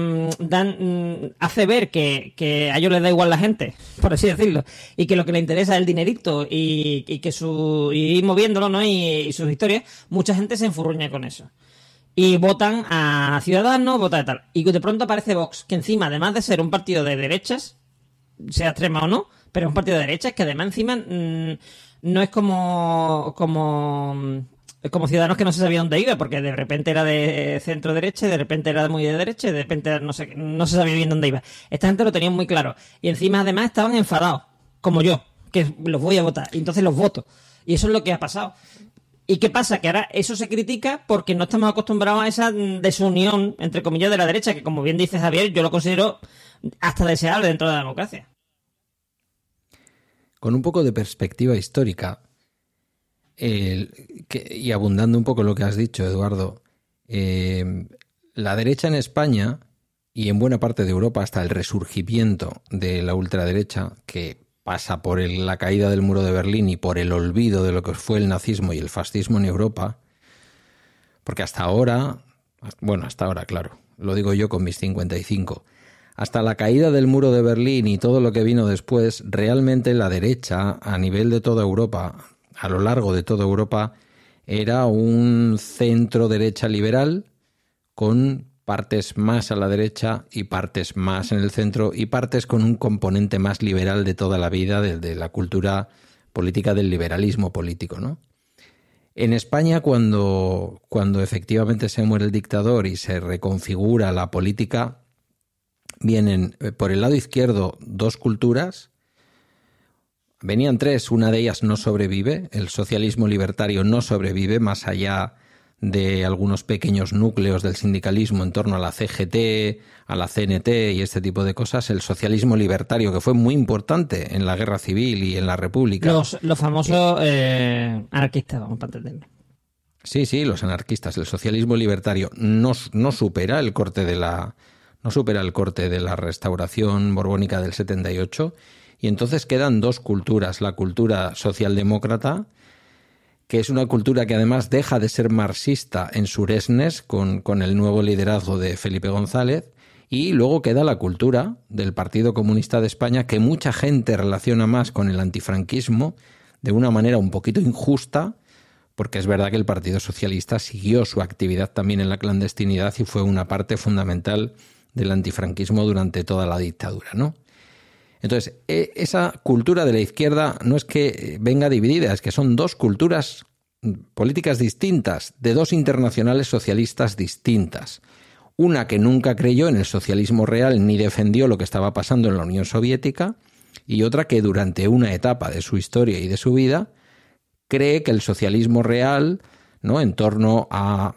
dan, hace ver que, que a ellos les da igual la gente, por así decirlo, y que lo que les interesa es el dinerito y, y que su y ir moviéndolo, ¿no? Y, y sus historias, mucha gente se enfurruña con eso. Y votan a Ciudadanos, votan a tal. Y de pronto aparece Vox, que encima, además de ser un partido de derechas, sea extrema o no, pero es un partido de derechas que además encima mmm, no es como... como como Ciudadanos que no se sabía dónde iba, porque de repente era de centro derecha, de repente era muy de derecha, y de repente no sé, no se sabía bien dónde iba. Esta gente lo tenía muy claro. Y encima además estaban enfadados, como yo, que los voy a votar, y entonces los voto. Y eso es lo que ha pasado. ¿Y qué pasa? Que ahora eso se critica porque no estamos acostumbrados a esa desunión, entre comillas, de la derecha, que como bien dice Javier, yo lo considero hasta deseable dentro de la democracia. Con un poco de perspectiva histórica, El, que, y abundando un poco lo que has dicho, Eduardo, eh, la derecha en España y en buena parte de Europa hasta el resurgimiento de la ultraderecha, que pasa por el, la caída del muro de Berlín y por el olvido de lo que fue el nazismo y el fascismo en Europa, porque hasta ahora, bueno, hasta ahora, claro, lo digo yo con mis cincuenta y cinco, hasta la caída del muro de Berlín y todo lo que vino después, realmente la derecha a nivel de toda Europa, a lo largo de toda Europa, era un centro derecha liberal con partes más a la derecha y partes más en el centro y partes con un componente más liberal de toda la vida, desde la cultura política del liberalismo político, ¿no? En España, cuando, cuando efectivamente se muere el dictador y se reconfigura la política, vienen por el lado izquierdo dos culturas. Venían tres, una de ellas no sobrevive, el socialismo libertario no sobrevive, más allá de algunos pequeños núcleos del sindicalismo en torno a la C G T, a la C N T y este tipo de cosas. El socialismo libertario, que fue muy importante en la Guerra Civil y en la República. Los, los famosos eh, anarquistas, vamos para entenderlo. Sí, sí, los anarquistas. El socialismo libertario no, no supera el corte de la no supera el corte de la Restauración borbónica del setenta y ocho, y entonces quedan dos culturas: la cultura socialdemócrata, que es una cultura que además deja de ser marxista en Suresnes con, con el nuevo liderazgo de Felipe González, y luego queda la cultura del Partido Comunista de España, que mucha gente relaciona más con el antifranquismo de una manera un poquito injusta, porque es verdad que el Partido Socialista siguió su actividad también en la clandestinidad y fue una parte fundamental del antifranquismo durante toda la dictadura, ¿no? Entonces, esa cultura de la izquierda no es que venga dividida, es que son dos culturas políticas distintas, de dos internacionales socialistas distintas. Una que nunca creyó en el socialismo real ni defendió lo que estaba pasando en la Unión Soviética, y otra que durante una etapa de su historia y de su vida cree que el socialismo real, ¿no?, en torno a,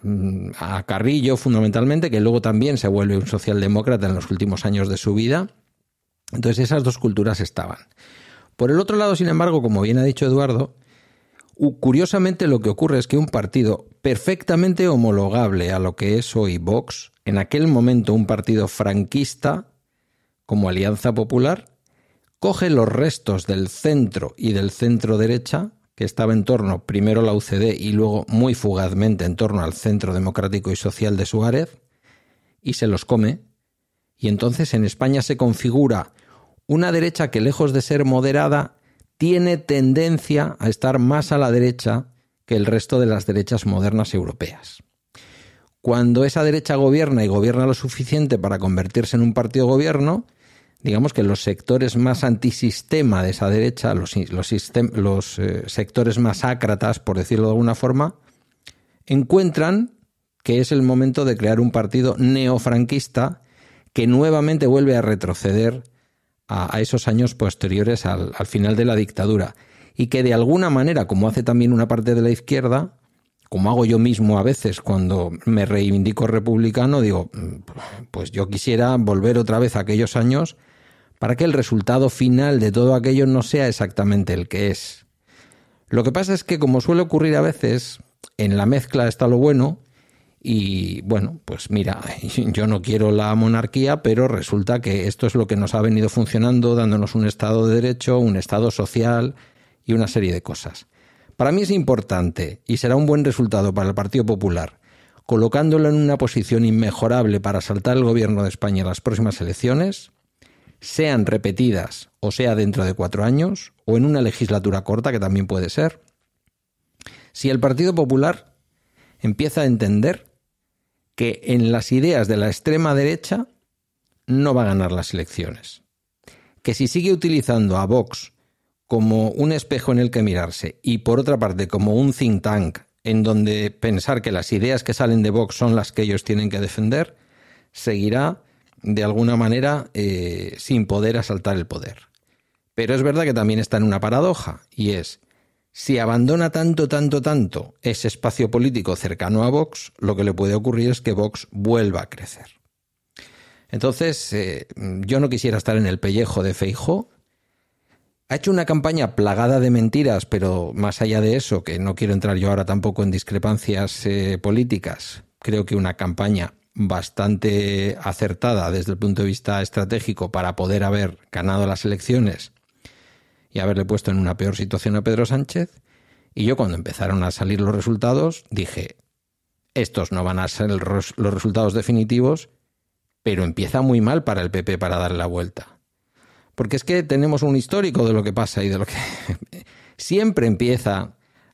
a Carrillo fundamentalmente, que luego también se vuelve un socialdemócrata en los últimos años de su vida. Entonces esas dos culturas estaban. Por el otro lado, sin embargo, como bien ha dicho Eduardo, curiosamente lo que ocurre es que un partido perfectamente homologable a lo que es hoy Vox, en aquel momento un partido franquista como Alianza Popular, coge los restos del centro y del centro derecha, que estaba en torno primero a la U C D y luego muy fugazmente en torno al Centro Democrático y Social de Suárez, y se los come. Y entonces en España se configura una derecha que, lejos de ser moderada, tiene tendencia a estar más a la derecha que el resto de las derechas modernas europeas. Cuando esa derecha gobierna y gobierna lo suficiente para convertirse en un partido gobierno, digamos que los sectores más antisistema de esa derecha, los, los, sistem, los eh, sectores más ácratas, por decirlo de alguna forma, encuentran que es el momento de crear un partido neofranquista que nuevamente vuelve a retroceder a, a esos años posteriores al, al final de la dictadura, y que de alguna manera, como hace también una parte de la izquierda, como hago yo mismo a veces cuando me reivindico republicano, digo, pues yo quisiera volver otra vez a aquellos años para que el resultado final de todo aquello no sea exactamente el que es. Lo que pasa es que, como suele ocurrir a veces, en la mezcla está lo bueno. Y bueno, pues mira, yo no quiero la monarquía, pero resulta que esto es lo que nos ha venido funcionando, dándonos un Estado de Derecho, un Estado social y una serie de cosas. Para mí es importante, y será un buen resultado para el Partido Popular, colocándolo en una posición inmejorable para asaltar el gobierno de España en las próximas elecciones, sean repetidas o sea dentro de cuatro años, o en una legislatura corta, que también puede ser, si el Partido Popular empieza a entender que en las ideas de la extrema derecha no va a ganar las elecciones. Que si sigue utilizando a Vox como un espejo en el que mirarse y, por otra parte, como un think tank en donde pensar que las ideas que salen de Vox son las que ellos tienen que defender, seguirá de alguna manera eh, sin poder asaltar el poder. Pero es verdad que también está en una paradoja, y es: si abandona tanto, tanto, tanto ese espacio político cercano a Vox, lo que le puede ocurrir es que Vox vuelva a crecer. Entonces, eh, yo no quisiera estar en el pellejo de Feijóo. Ha hecho una campaña plagada de mentiras, pero más allá de eso, que no quiero entrar yo ahora tampoco en discrepancias eh, políticas, creo que una campaña bastante acertada desde el punto de vista estratégico para poder haber ganado las elecciones y haberle puesto en una peor situación a Pedro Sánchez. Y yo, cuando empezaron a salir los resultados, dije, estos no van a ser los resultados definitivos, pero empieza muy mal para el P P para darle la vuelta. Porque es que tenemos un histórico de lo que pasa y de lo que... Siempre empieza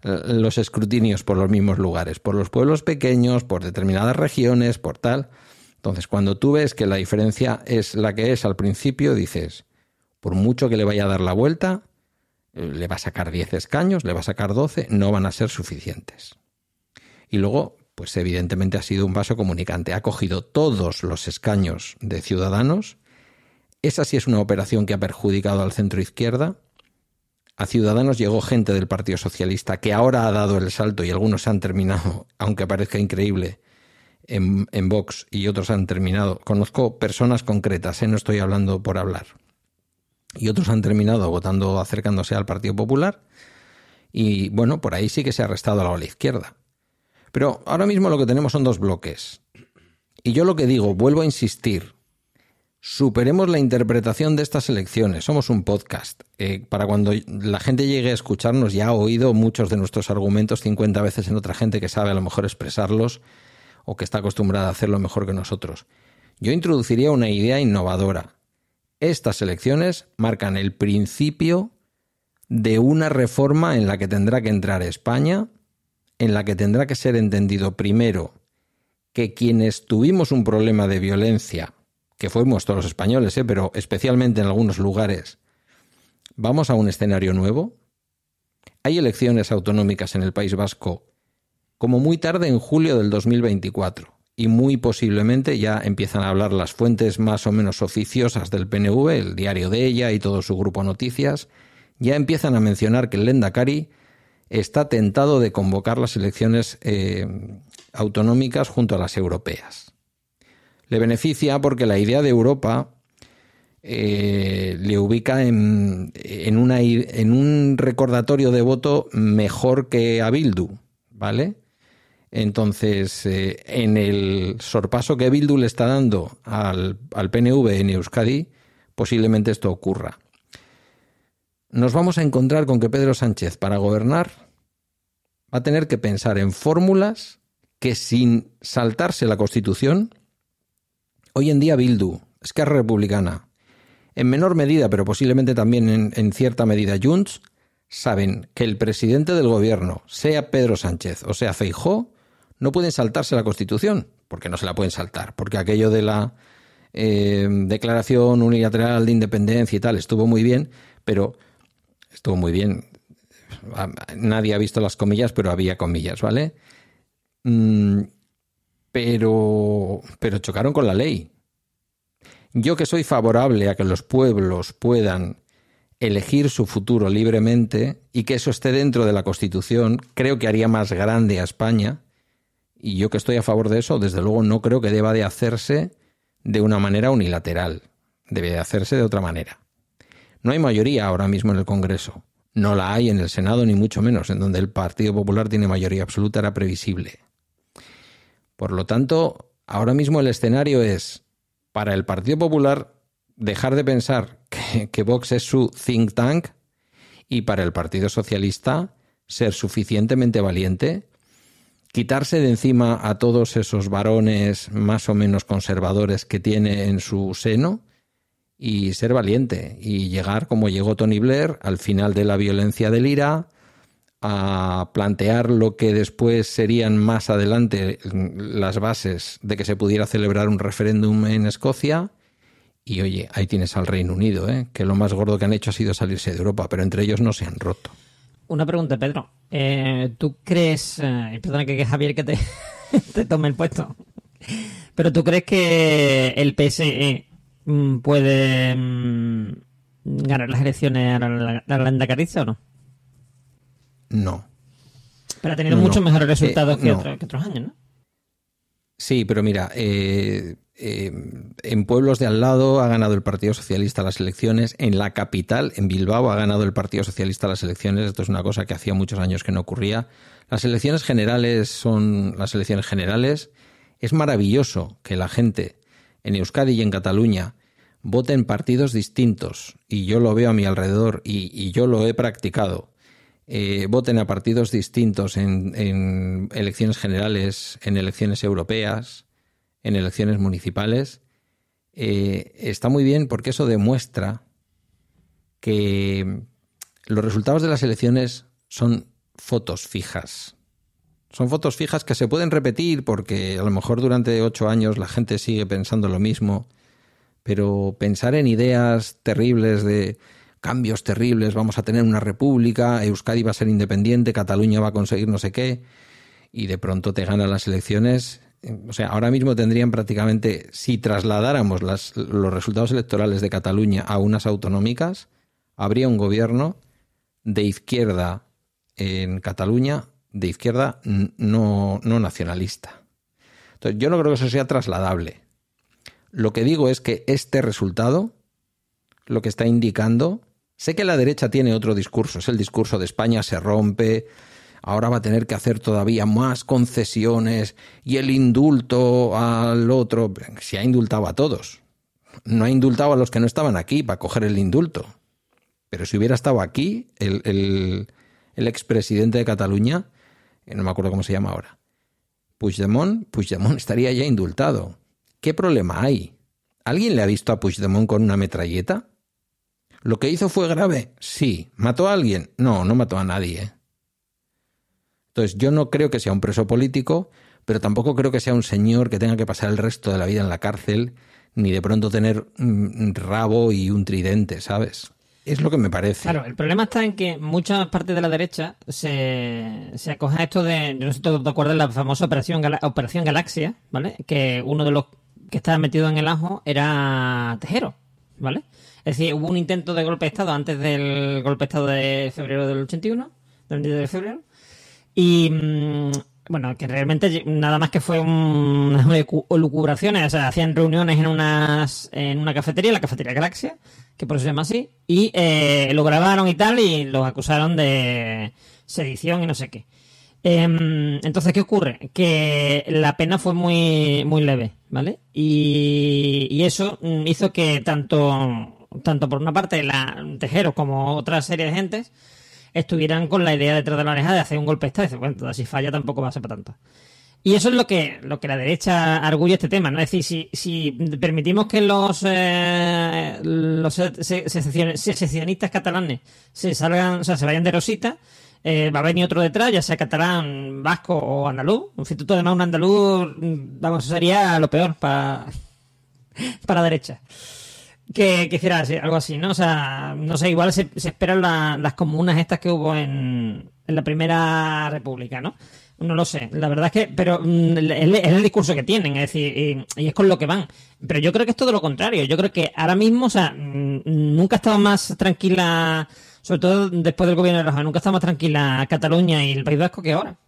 los escrutinios por los mismos lugares, por los pueblos pequeños, por determinadas regiones, por tal. Entonces, cuando tú ves que la diferencia es la que es al principio, dices, por mucho que le vaya a dar la vuelta, le va a sacar diez escaños, le va a sacar doce, no van a ser suficientes. Y luego, pues evidentemente ha sido un vaso comunicante. Ha cogido todos los escaños de Ciudadanos. Esa sí es una operación que ha perjudicado al centro izquierda. A Ciudadanos llegó gente del Partido Socialista que ahora ha dado el salto y algunos han terminado, aunque parezca increíble, en, en Vox y otros han terminado. Conozco personas concretas, ¿eh? No estoy hablando por hablar. Y otros han terminado votando, acercándose al Partido Popular. Y bueno, por ahí sí que se ha restado a la ola izquierda. Pero ahora mismo lo que tenemos son dos bloques. Y yo lo que digo, vuelvo a insistir, superemos la interpretación de estas elecciones. Somos un podcast. Eh, para cuando la gente llegue a escucharnos, ya ha oído muchos de nuestros argumentos cincuenta veces en otra gente que sabe a lo mejor expresarlos o que está acostumbrada a hacerlo mejor que nosotros. Yo introduciría una idea innovadora. Estas elecciones marcan el principio de una reforma en la que tendrá que entrar España, en la que tendrá que ser entendido primero que quienes tuvimos un problema de violencia, que fuimos todos los españoles, ¿eh? Pero especialmente en algunos lugares, vamos a un escenario nuevo. Hay elecciones autonómicas en el País Vasco como muy tarde en julio del dos mil veinticuatro y muy posiblemente ya empiezan a hablar las fuentes más o menos oficiosas del P N V, el diario de ella y todo su grupo Noticias, ya empiezan a mencionar que el Lehendakari está tentado de convocar las elecciones eh, autonómicas junto a las europeas. Le beneficia porque la idea de Europa eh, le ubica en, en, una, en un recordatorio de voto mejor que a Bildu, ¿vale? Entonces, eh, en el sorpaso que Bildu le está dando al, al P N V en Euskadi, posiblemente esto ocurra. Nos vamos a encontrar con que Pedro Sánchez, para gobernar, va a tener que pensar en fórmulas que, sin saltarse la Constitución, hoy en día Bildu, Esquerra Republicana, en menor medida, pero posiblemente también en, en cierta medida Junts, saben que el presidente del gobierno, sea Pedro Sánchez o sea Feijóo, no pueden saltarse la Constitución, porque no se la pueden saltar, porque aquello de la eh, declaración unilateral de independencia y tal estuvo muy bien, pero estuvo muy bien. Nadie ha visto las comillas, pero había comillas, ¿vale? Mm, pero, pero chocaron con la ley. Yo que soy favorable a que los pueblos puedan elegir su futuro libremente y que eso esté dentro de la Constitución, creo que haría más grande a España. Y yo que estoy a favor de eso, desde luego no creo que deba de hacerse de una manera unilateral. Debe de hacerse de otra manera. No hay mayoría ahora mismo en el Congreso. No la hay en el Senado, ni mucho menos, en donde el Partido Popular tiene mayoría absoluta, era previsible. Por lo tanto, ahora mismo el escenario es, para el Partido Popular, dejar de pensar que, que Vox es su think tank y para el Partido Socialista ser suficientemente valiente, quitarse de encima a todos esos varones más o menos conservadores que tiene en su seno y ser valiente y llegar, como llegó Tony Blair, al final de la violencia del IRA, a plantear lo que después serían más adelante las bases de que se pudiera celebrar un referéndum en Escocia. Y oye, ahí tienes al Reino Unido, ¿eh? Que lo más gordo que han hecho ha sido salirse de Europa, pero entre ellos no se han roto. Una pregunta, Pedro. Eh, ¿Tú crees, eh, perdona que, que Javier que te, te tome el puesto, pero tú crees que el P S E mm, puede mm, ganar las elecciones a la, a la Lehendakariza o no? No. Pero ha tenido no, muchos no. mejores resultados eh, que, no. otro, que otros años, ¿no? Sí, pero mira, eh, eh, en pueblos de al lado ha ganado el Partido Socialista las elecciones, en la capital, en Bilbao, ha ganado el Partido Socialista las elecciones. Esto es una cosa que hacía muchos años que no ocurría. Las elecciones generales son las elecciones generales. Es maravilloso que la gente en Euskadi y en Cataluña vote en partidos distintos, y yo lo veo a mi alrededor y, y yo lo he practicado. Eh, voten a partidos distintos en, en elecciones generales, en elecciones europeas, en elecciones municipales, eh, está muy bien porque eso demuestra que los resultados de las elecciones son fotos fijas. Son fotos fijas que se pueden repetir porque a lo mejor durante ocho años la gente sigue pensando lo mismo, pero pensar en ideas terribles de cambios terribles, vamos a tener una república, Euskadi va a ser independiente, Cataluña va a conseguir no sé qué, y de pronto te ganan las elecciones. O sea, ahora mismo tendrían prácticamente, si trasladáramos las, los resultados electorales de Cataluña a unas autonómicas, habría un gobierno de izquierda en Cataluña, de izquierda no, no nacionalista. Entonces, yo no creo que eso sea trasladable. Lo que digo es que este resultado, lo que está indicando, sé que la derecha tiene otro discurso, es el discurso de España se rompe, ahora va a tener que hacer todavía más concesiones y el indulto al otro. Se ha indultado a todos. No ha indultado a los que no estaban aquí para coger el indulto. Pero si hubiera estado aquí, el, el, el expresidente de Cataluña, no me acuerdo cómo se llama ahora, Puigdemont, Puigdemont estaría ya indultado. ¿Qué problema hay? ¿Alguien le ha visto a Puigdemont con una metralleta? ¿Lo que hizo fue grave? Sí. ¿Mató a alguien? No, no mató a nadie, ¿eh? Entonces, yo no creo que sea un preso político, pero tampoco creo que sea un señor que tenga que pasar el resto de la vida en la cárcel, ni de pronto tener un rabo y un tridente, ¿sabes? Es lo que me parece. Claro, el problema está en que muchas partes de la derecha se, se acoge a esto de... Yo no sé si te acuerdas de la famosa Operación, Gal- Operación Galaxia, ¿vale? Que uno de los que estaba metido en el ajo era Tejero, ¿vale? Es decir, hubo un intento de golpe de Estado antes del golpe de Estado de febrero del ochenta y uno, del veintidós de febrero, y bueno, que realmente nada más que fue un, unas lucubraciones, o sea, hacían reuniones en unas en una cafetería, la cafetería Galaxia, que por eso se llama así, y eh, lo grabaron y tal, y los acusaron de sedición y no sé qué. Eh, entonces, ¿qué ocurre? Que la pena fue muy muy leve, ¿vale? Y, y eso hizo que tanto, tanto por una parte la Tejero como otra serie de gentes estuvieran con la idea detrás de la oreja de hacer un golpe de Estado. Y dice, bueno, si falla tampoco va a ser para tanto. Y eso es lo que, lo que la derecha arguye este tema, ¿no? Es decir, si, si permitimos que los, eh, los secesionistas catalanes se salgan, o sea, se vayan de rosita, eh, va a venir otro detrás, ya sea catalán, vasco o andaluz. En fin, tú además un andaluz, vamos, eso sería lo peor para, para la derecha. Que, que hiciera así, algo así, ¿no? O sea, no sé, igual se, se esperan la, las comunas estas que hubo en, en la Primera República, ¿no? No lo sé, la verdad es que, pero mm, es, es el discurso que tienen, es decir, y, y es con lo que van. Pero yo creo que es todo lo contrario. Yo creo que ahora mismo, o sea, mm, nunca ha estado más tranquila, sobre todo después del gobierno de Rajoy, nunca ha estado más tranquila Cataluña y el País Vasco que ahora.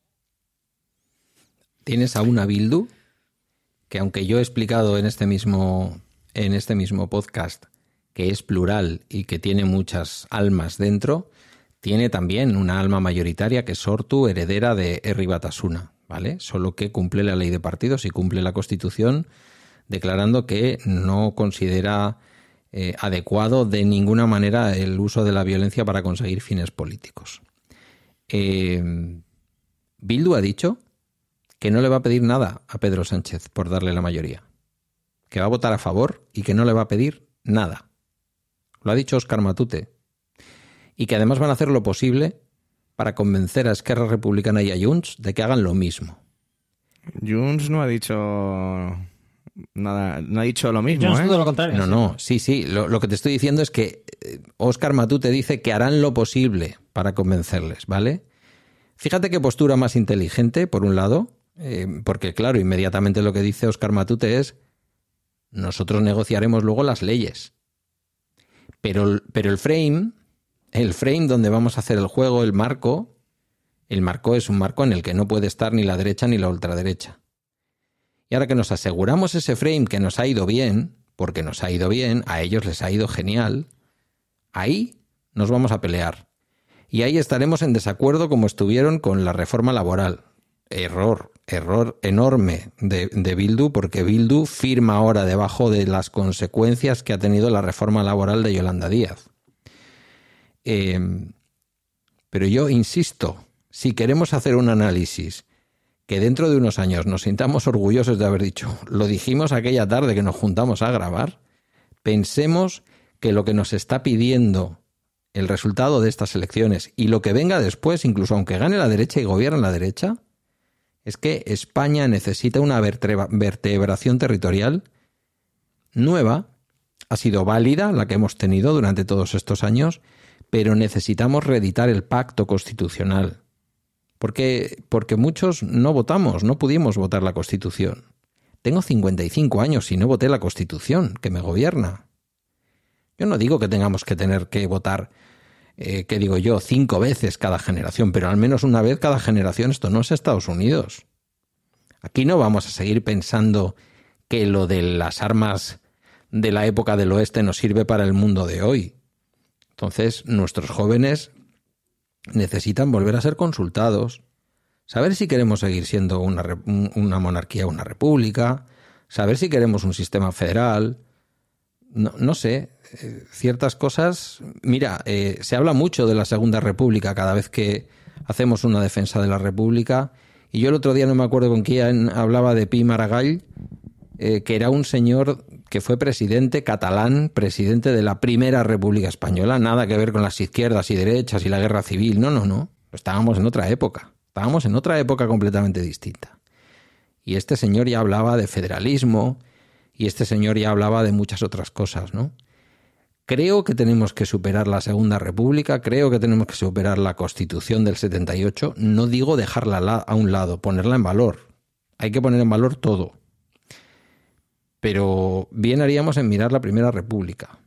Tienes a una Bildu que, aunque yo he explicado en este mismo en este mismo podcast que es plural y que tiene muchas almas dentro, tiene también una alma mayoritaria que es Sortu, heredera de Herri Batasuna, ¿vale? Solo que cumple la ley de partidos y cumple la Constitución, declarando que no considera eh, adecuado de ninguna manera el uso de la violencia para conseguir fines políticos. Eh, Bildu ha dicho que no le va a pedir nada a Pedro Sánchez por darle la mayoría, que va a votar a favor y que no le va a pedir nada. Lo ha dicho Óscar Matute. Y que además van a hacer lo posible para convencer a Esquerra Republicana y a Junts de que hagan lo mismo. Junts no ha dicho nada, no ha dicho lo mismo, Junts ¿eh? todo lo contrario. No, sí. no, sí, sí. Lo, lo que te estoy diciendo es que Óscar Matute dice que harán lo posible para convencerles, ¿vale? Fíjate qué postura más inteligente, por un lado, eh, porque claro, inmediatamente lo que dice Óscar Matute es: nosotros negociaremos luego las leyes. Pero, pero el frame, el frame donde vamos a hacer el juego, el marco, el marco es un marco en el que no puede estar ni la derecha ni la ultraderecha. Y ahora que nos aseguramos ese frame que nos ha ido bien, porque nos ha ido bien, a ellos les ha ido genial, ahí nos vamos a pelear. Y ahí estaremos en desacuerdo como estuvieron con la reforma laboral. Error, error enorme de, de Bildu, porque Bildu firma ahora debajo de las consecuencias que ha tenido la reforma laboral de Yolanda Díaz. Eh, pero yo insisto, si queremos hacer un análisis que dentro de unos años nos sintamos orgullosos de haber dicho, lo dijimos aquella tarde que nos juntamos a grabar, pensemos que lo que nos está pidiendo el resultado de estas elecciones y lo que venga después, incluso aunque gane la derecha y gobierne la derecha, es que España necesita una vertebra- vertebración territorial nueva. Ha sido válida la que hemos tenido durante todos estos años, pero necesitamos reeditar el pacto constitucional. Porque, porque muchos no votamos, no pudimos votar la Constitución. Tengo cincuenta y cinco años y no voté la Constitución, que me gobierna. Yo no digo que tengamos que tener que votar, eh, ¿qué digo yo?, cinco veces cada generación, pero al menos una vez cada generación. Esto no es Estados Unidos. Aquí no vamos a seguir pensando que lo de las armas de la época del oeste nos sirve para el mundo de hoy. Entonces, nuestros jóvenes necesitan volver a ser consultados, saber si queremos seguir siendo una, una monarquía o una república, saber si queremos un sistema federal, no, no sé, eh, ciertas cosas. Mira, eh, se habla mucho de la Segunda República cada vez que hacemos una defensa de la República, y yo el otro día no me acuerdo con quién hablaba de Pi Maragall, eh, que era un señor que fue presidente catalán, presidente de la Primera República Española, nada que ver con las izquierdas y derechas y la guerra civil, no, no, no, estábamos en otra época, estábamos en otra época completamente distinta. Y este señor ya hablaba de federalismo, y este señor ya hablaba de muchas otras cosas, ¿no? Creo que tenemos que superar la Segunda República, creo que tenemos que superar la Constitución del setenta y ocho, no digo dejarla a un lado, ponerla en valor, hay que poner en valor todo. Pero bien haríamos en mirar la Primera República,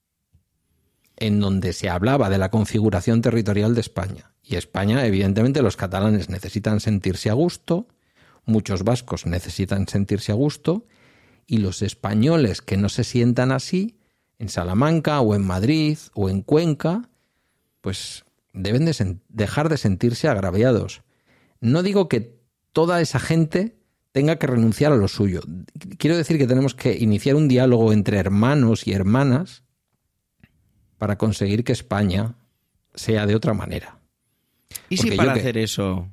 en donde se hablaba de la configuración territorial de España. Y España, evidentemente, los catalanes necesitan sentirse a gusto, muchos vascos necesitan sentirse a gusto, y los españoles que no se sientan así, en Salamanca o en Madrid o en Cuenca, pues deben de sen- dejar de sentirse agraviados. No digo que toda esa gente tenga que renunciar a lo suyo. Quiero decir que tenemos que iniciar un diálogo entre hermanos y hermanas para conseguir que España sea de otra manera. ¿Y si Porque para yo que- hacer eso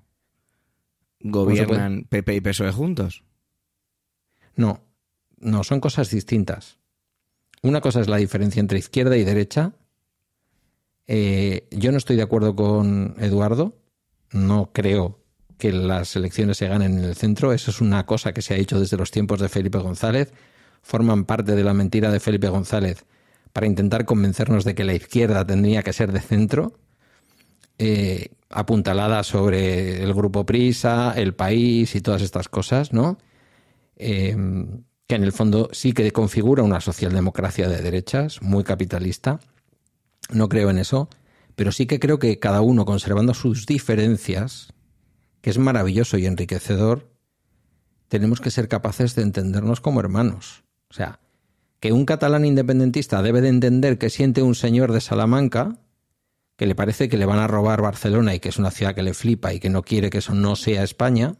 gobiernan P P y P S O E juntos? No, no, son cosas distintas. Una cosa es la diferencia entre izquierda y derecha. Eh, yo no estoy de acuerdo con Eduardo. No creo que las elecciones se ganen en el centro. Eso es una cosa que se ha hecho desde los tiempos de Felipe González. Forman parte de la mentira de Felipe González para intentar convencernos de que la izquierda tendría que ser de centro. Eh, apuntalada sobre el Grupo Prisa, El País y todas estas cosas, ¿no? Eh, que en el fondo sí que configura una socialdemocracia de derechas, muy capitalista. No creo en eso, pero sí que creo que cada uno, conservando sus diferencias, que es maravilloso y enriquecedor, tenemos que ser capaces de entendernos como hermanos. O sea, que un catalán independentista debe de entender que siente un señor de Salamanca, que le parece que le van a robar Barcelona y que es una ciudad que le flipa y que no quiere que eso no sea España,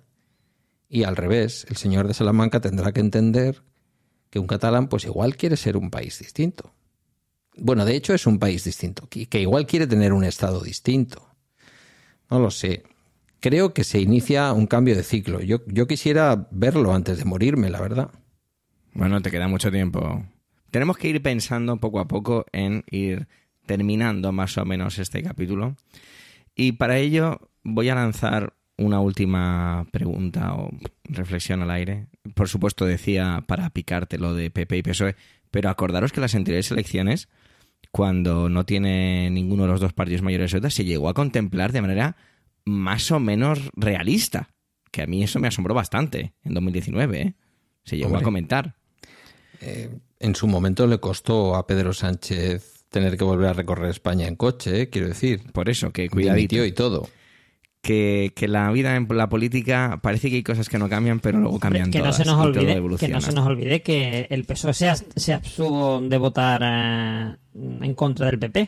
y al revés, el señor de Salamanca tendrá que entender que un catalán pues igual quiere ser un país distinto. Bueno, de hecho es un país distinto, que, que igual quiere tener un estado distinto. No lo sé. Creo que se inicia un cambio de ciclo. Yo, yo quisiera verlo antes de morirme, la verdad. Bueno, te queda mucho tiempo. Tenemos que ir pensando poco a poco en ir terminando más o menos este capítulo. Y para ello voy a lanzar una última pregunta o reflexión al aire. Por supuesto decía para picarte lo de P P y P S O E, pero acordaros que las anteriores elecciones, cuando no tiene ninguno de los dos partidos mayores, se llegó a contemplar de manera más o menos realista, que a mí eso me asombró bastante en dos mil diecinueve, ¿eh? Se llegó Hombre, a comentar. Eh, en su momento le costó a Pedro Sánchez tener que volver a recorrer España en coche, ¿eh? Quiero decir. Por eso, que cuidadito. Dimitió y todo. Que, que la vida en la política parece que hay cosas que no cambian, pero luego cambian que todas. no se nos y todo olvide que evoluciona. no se nos olvide que el P S O E se, as- se abstuvo de votar eh, en contra del P P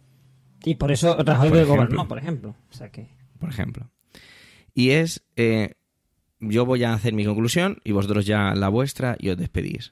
y por eso Rajoy Por ejemplo. gobernó, por ejemplo. O sea que Por ejemplo. Y es... Eh, yo voy a hacer mi conclusión y vosotros ya la vuestra y os despedís.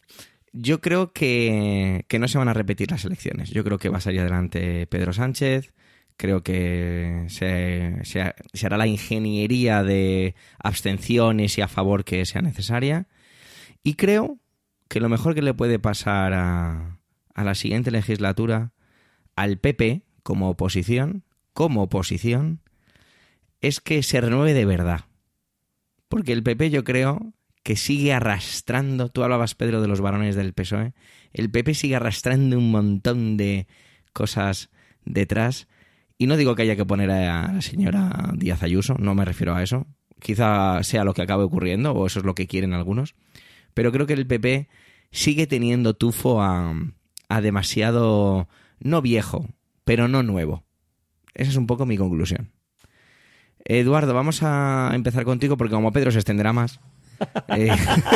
Yo creo que, que no se van a repetir las elecciones. Yo creo que va a salir adelante Pedro Sánchez. Creo que se, se, se hará la ingeniería de abstenciones y a favor que sea necesaria. Y creo que lo mejor que le puede pasar a, a la siguiente legislatura al P P, como oposición, como oposición, es que se renueve de verdad. Porque el P P yo creo que sigue arrastrando, tú hablabas, Pedro, de los varones del P S O E, el P P sigue arrastrando un montón de cosas detrás, y no digo que haya que poner a la señora Díaz Ayuso, no me refiero a eso, quizá sea lo que acabe ocurriendo, o eso es lo que quieren algunos, pero creo que el P P sigue teniendo tufo a, a demasiado, no viejo, pero no nuevo. Esa es un poco mi conclusión. Eduardo, vamos a empezar contigo porque como Pedro se extenderá más. Eh,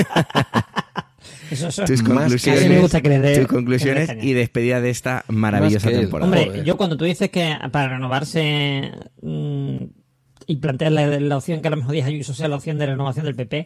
Eso, eso. tus Más conclusiones, que- me gusta que le dé- tus conclusiones que le dé y despedida de esta maravillosa Más que él. temporada. Hombre, Joder. yo cuando tú dices que para renovarse mmm, y planteas la, la opción que a lo mejor Díaz Ayuso sea la opción de renovación del P P,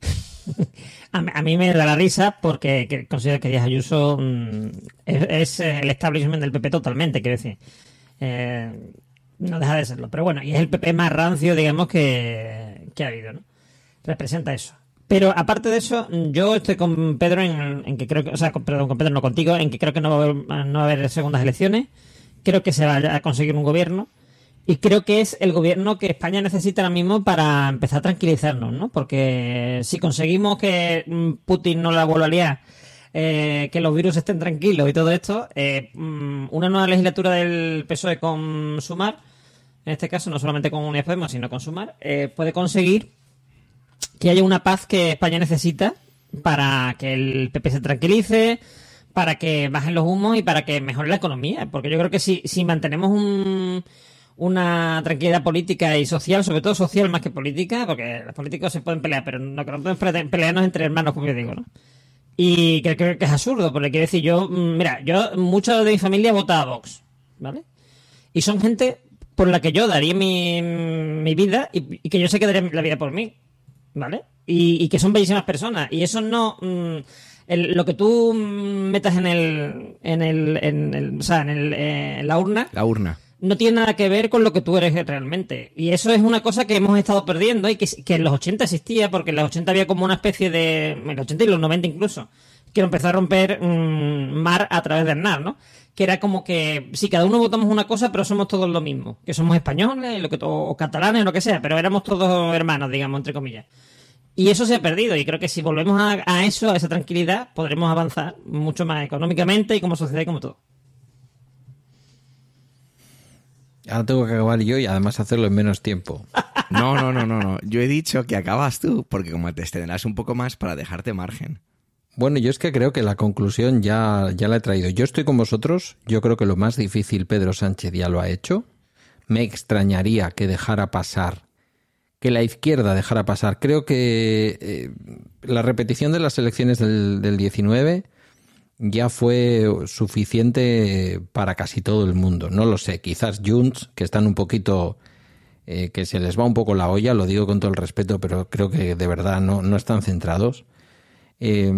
a, mí- a mí me da la risa porque que considero que Díaz Ayuso mmm, es, es el establishment del P P totalmente, quiero decir. Eh, no deja de serlo. Pero bueno, y es el P P más rancio, digamos, que, que ha habido, ¿no? Representa eso. Pero aparte de eso, yo estoy con Pedro en, en que creo que, o sea, con, perdón, con Pedro, no contigo, en que creo que no va, a haber, no va a haber segundas elecciones. Creo que se va a conseguir un gobierno. Y creo que es el gobierno que España necesita ahora mismo para empezar a tranquilizarnos, ¿no? Porque si conseguimos que mm, Putin no la vuelva a liar, eh, que los virus estén tranquilos y todo esto, eh, mm, una nueva legislatura del P S O E con Sumar, en este caso no solamente con Unidas Podemos, sino con Sumar, eh, puede conseguir que haya una paz que España necesita para que el P P se tranquilice, para que bajen los humos y para que mejore la economía. Porque yo creo que si, si mantenemos un, una tranquilidad política y social, sobre todo social más que política, porque los políticos se pueden pelear, pero no, que no podemos pele- pelearnos entre hermanos, como yo digo, ¿no? Y creo, creo que es absurdo, porque quiero decir, yo, mm, mira, yo, mucho de mi familia vota a Vox, ¿vale? Y son gente por la que yo daría mi, mi vida y, y que yo sé que daría la vida por mí, ¿vale? Y, y que son bellísimas personas. Y eso no... mm, el- lo que tú mm, metas en el... En el, en el o sea, en, el, eh, en la urna La urna. no tiene nada que ver con lo que tú eres realmente. Y eso es una cosa que hemos estado perdiendo y que, que en los ochenta existía, porque en los ochenta había como una especie de... En los ochenta y los noventa incluso, que empezó a romper mm, mar a través del Aznar, ¿no? Que era como que, sí, cada uno votamos una cosa, pero somos todos lo mismo. Que somos españoles, lo que, o, o catalanes, lo que sea, pero éramos todos hermanos, digamos, entre comillas. Y eso se ha perdido, y creo que si volvemos a, a eso, a esa tranquilidad, podremos avanzar mucho más económicamente y como sociedad y como todo. Ahora tengo que acabar yo y además hacerlo en menos tiempo. No, no, no, no, no. Yo he dicho que acabas tú, porque como te extenderás un poco más para dejarte margen. Bueno, yo es que creo que la conclusión ya, ya la he traído. Yo estoy con vosotros. Yo creo que lo más difícil Pedro Sánchez ya lo ha hecho. Me extrañaría que dejara pasar, que la izquierda dejara pasar. Creo que eh, la repetición de las elecciones del, del diecinueve ya fue suficiente para casi todo el mundo. No lo sé, quizás Junts, que están un poquito... Eh, que se les va un poco la olla, lo digo con todo el respeto, pero creo que de verdad no, no están centrados. Eh,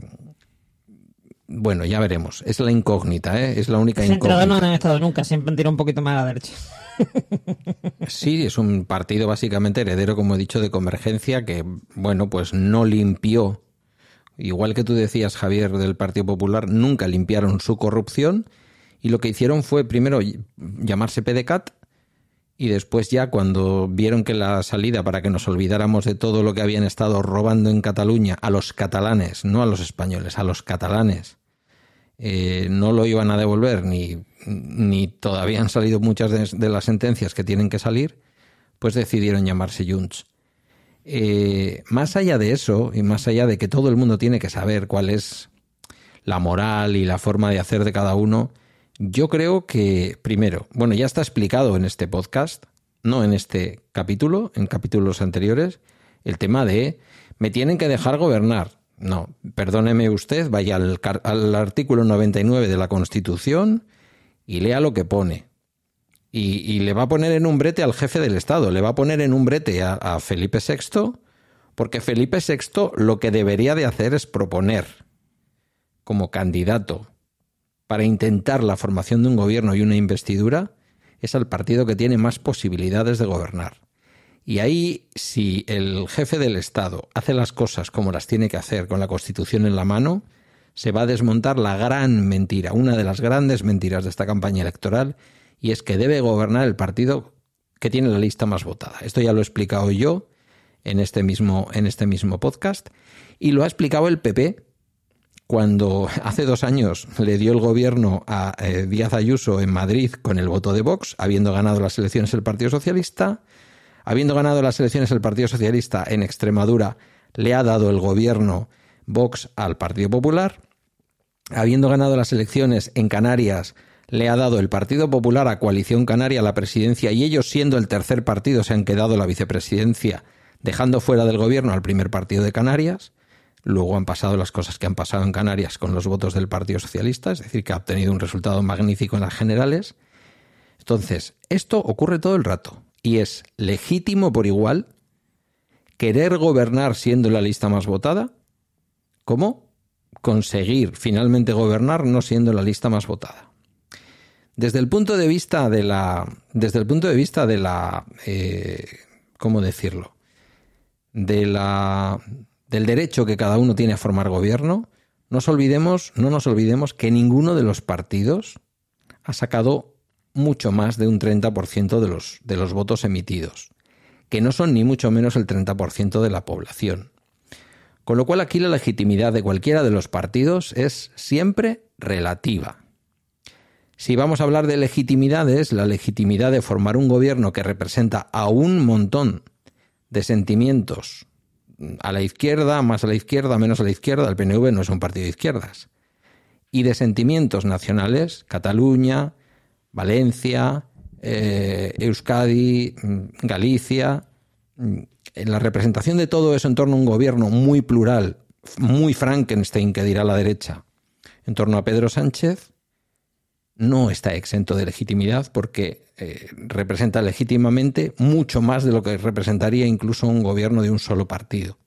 bueno, ya veremos. Es la incógnita, ¿eh? Es la única Centrados no incógnita. han estado nunca, siempre han tirado un poquito más a la derecha. Sí, es un partido básicamente heredero, como he dicho, de Convergencia, que, bueno, pues no limpió, igual que tú decías, Javier, del Partido Popular, nunca limpiaron su corrupción, y lo que hicieron fue primero llamarse P D C A T, y después ya cuando vieron que la salida para que nos olvidáramos de todo lo que habían estado robando en Cataluña a los catalanes, no a los españoles, a los catalanes, eh, no lo iban a devolver ni, ni todavía han salido muchas de, de las sentencias que tienen que salir, pues decidieron llamarse Junts. Eh, más allá de eso y más allá de que todo el mundo tiene que saber cuál es la moral y la forma de hacer de cada uno, yo creo que, primero, bueno, ya está explicado en este podcast, no en este capítulo, en capítulos anteriores, el tema de me tienen que dejar gobernar. No, perdóneme usted, vaya al, al artículo noventa y nueve de la Constitución y lea lo que pone. Y, y le va a poner en un brete al jefe del Estado, le va a poner en un brete a, a Felipe sexto, porque Felipe sexto lo que debería de hacer es proponer como candidato para intentar la formación de un gobierno y una investidura, es al partido que tiene más posibilidades de gobernar. Y ahí, si el jefe del Estado hace las cosas como las tiene que hacer, con la Constitución en la mano, se va a desmontar la gran mentira, una de las grandes mentiras de esta campaña electoral, y es que debe gobernar el partido que tiene la lista más votada. Esto ya lo he explicado yo en este mismo, en este mismo podcast, y lo ha explicado el P P cuando hace dos años le dio el gobierno a eh, Díaz Ayuso en Madrid con el voto de Vox, habiendo ganado las elecciones el Partido Socialista. Habiendo ganado las elecciones el Partido Socialista en Extremadura, le ha dado el gobierno Vox al Partido Popular. Habiendo ganado las elecciones en Canarias, le ha dado el Partido Popular a Coalición Canaria la presidencia, y ellos, siendo el tercer partido, se han quedado la vicepresidencia, dejando fuera del gobierno al primer partido de Canarias. Luego han pasado las cosas que han pasado en Canarias con los votos del Partido Socialista, es decir, que ha obtenido un resultado magnífico en las generales. Entonces, esto ocurre todo el rato, y es legítimo por igual querer gobernar siendo la lista más votada, como conseguir finalmente gobernar no siendo la lista más votada. Desde el punto de vista de la, desde el punto de vista de la, eh, ¿cómo decirlo? De la, del derecho que cada uno tiene a formar gobierno, no nos olvidemos, no nos olvidemos que ninguno de los partidos ha sacado mucho más de un treinta por ciento de los, de los votos emitidos, que no son ni mucho menos el treinta por ciento de la población. Con lo cual aquí la legitimidad de cualquiera de los partidos es siempre relativa. Si vamos a hablar de legitimidades, la legitimidad de formar un gobierno que representa a un montón de sentimientos, a la izquierda, más a la izquierda, menos a la izquierda, el P N V no es un partido de izquierdas, y de sentimientos nacionales, Cataluña, Valencia, eh, Euskadi, Galicia, en la representación de todo eso en torno a un gobierno muy plural, muy Frankenstein, que dirá la derecha, en torno a Pedro Sánchez, no está exento de legitimidad porque eh, representa legítimamente mucho más de lo que representaría incluso un gobierno de un solo partido.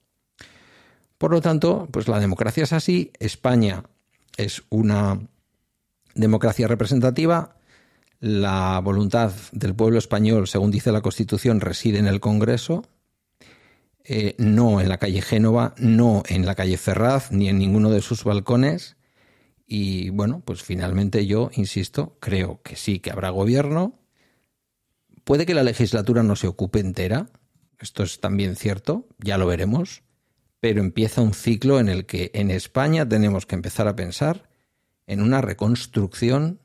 Por lo tanto, pues la democracia es así. España es una democracia representativa. La voluntad del pueblo español, según dice la Constitución, reside en el Congreso, eh, no en la calle Génova, no en la calle Ferraz, ni en ninguno de sus balcones. Y bueno, pues finalmente yo, insisto, creo que sí, que habrá gobierno. Puede que la legislatura no se ocupe entera, esto es también cierto, ya lo veremos, pero empieza un ciclo en el que en España tenemos que empezar a pensar en una reconstrucción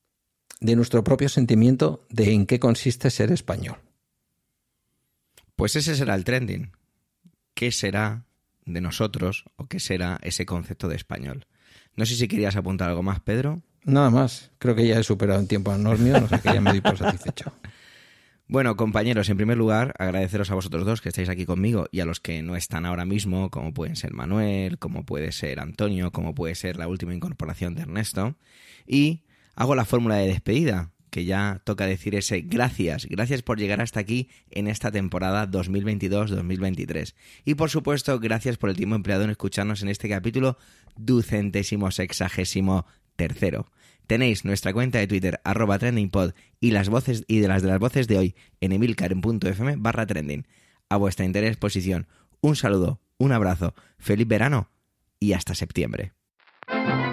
de nuestro propio sentimiento de en qué consiste ser español. Pues ese será el trending. ¿Qué será de nosotros o qué será ese concepto de español? No sé si querías apuntar algo más, Pedro. Nada más. Creo que ya he superado en tiempo anormio, no sé, que ya me doy por satisfecho. Bueno, compañeros, en primer lugar, agradeceros a vosotros dos que estáis aquí conmigo y a los que no están ahora mismo, como pueden ser Manuel, como puede ser Antonio, como puede ser la última incorporación de Ernesto. Y hago la fórmula de despedida, que ya toca decir ese gracias. Gracias por llegar hasta aquí en esta temporada dos mil veintidós dos mil veintitrés. Y por supuesto, gracias por el tiempo empleado en escucharnos en este capítulo ducentésimo sexagésimo tercero. Tenéis nuestra cuenta de Twitter, arroba trendingpod, y las voces y de las de las voces de hoy en emilcar.fm barra trending. A vuestra entera disposición. Un saludo, un abrazo, feliz verano y hasta septiembre.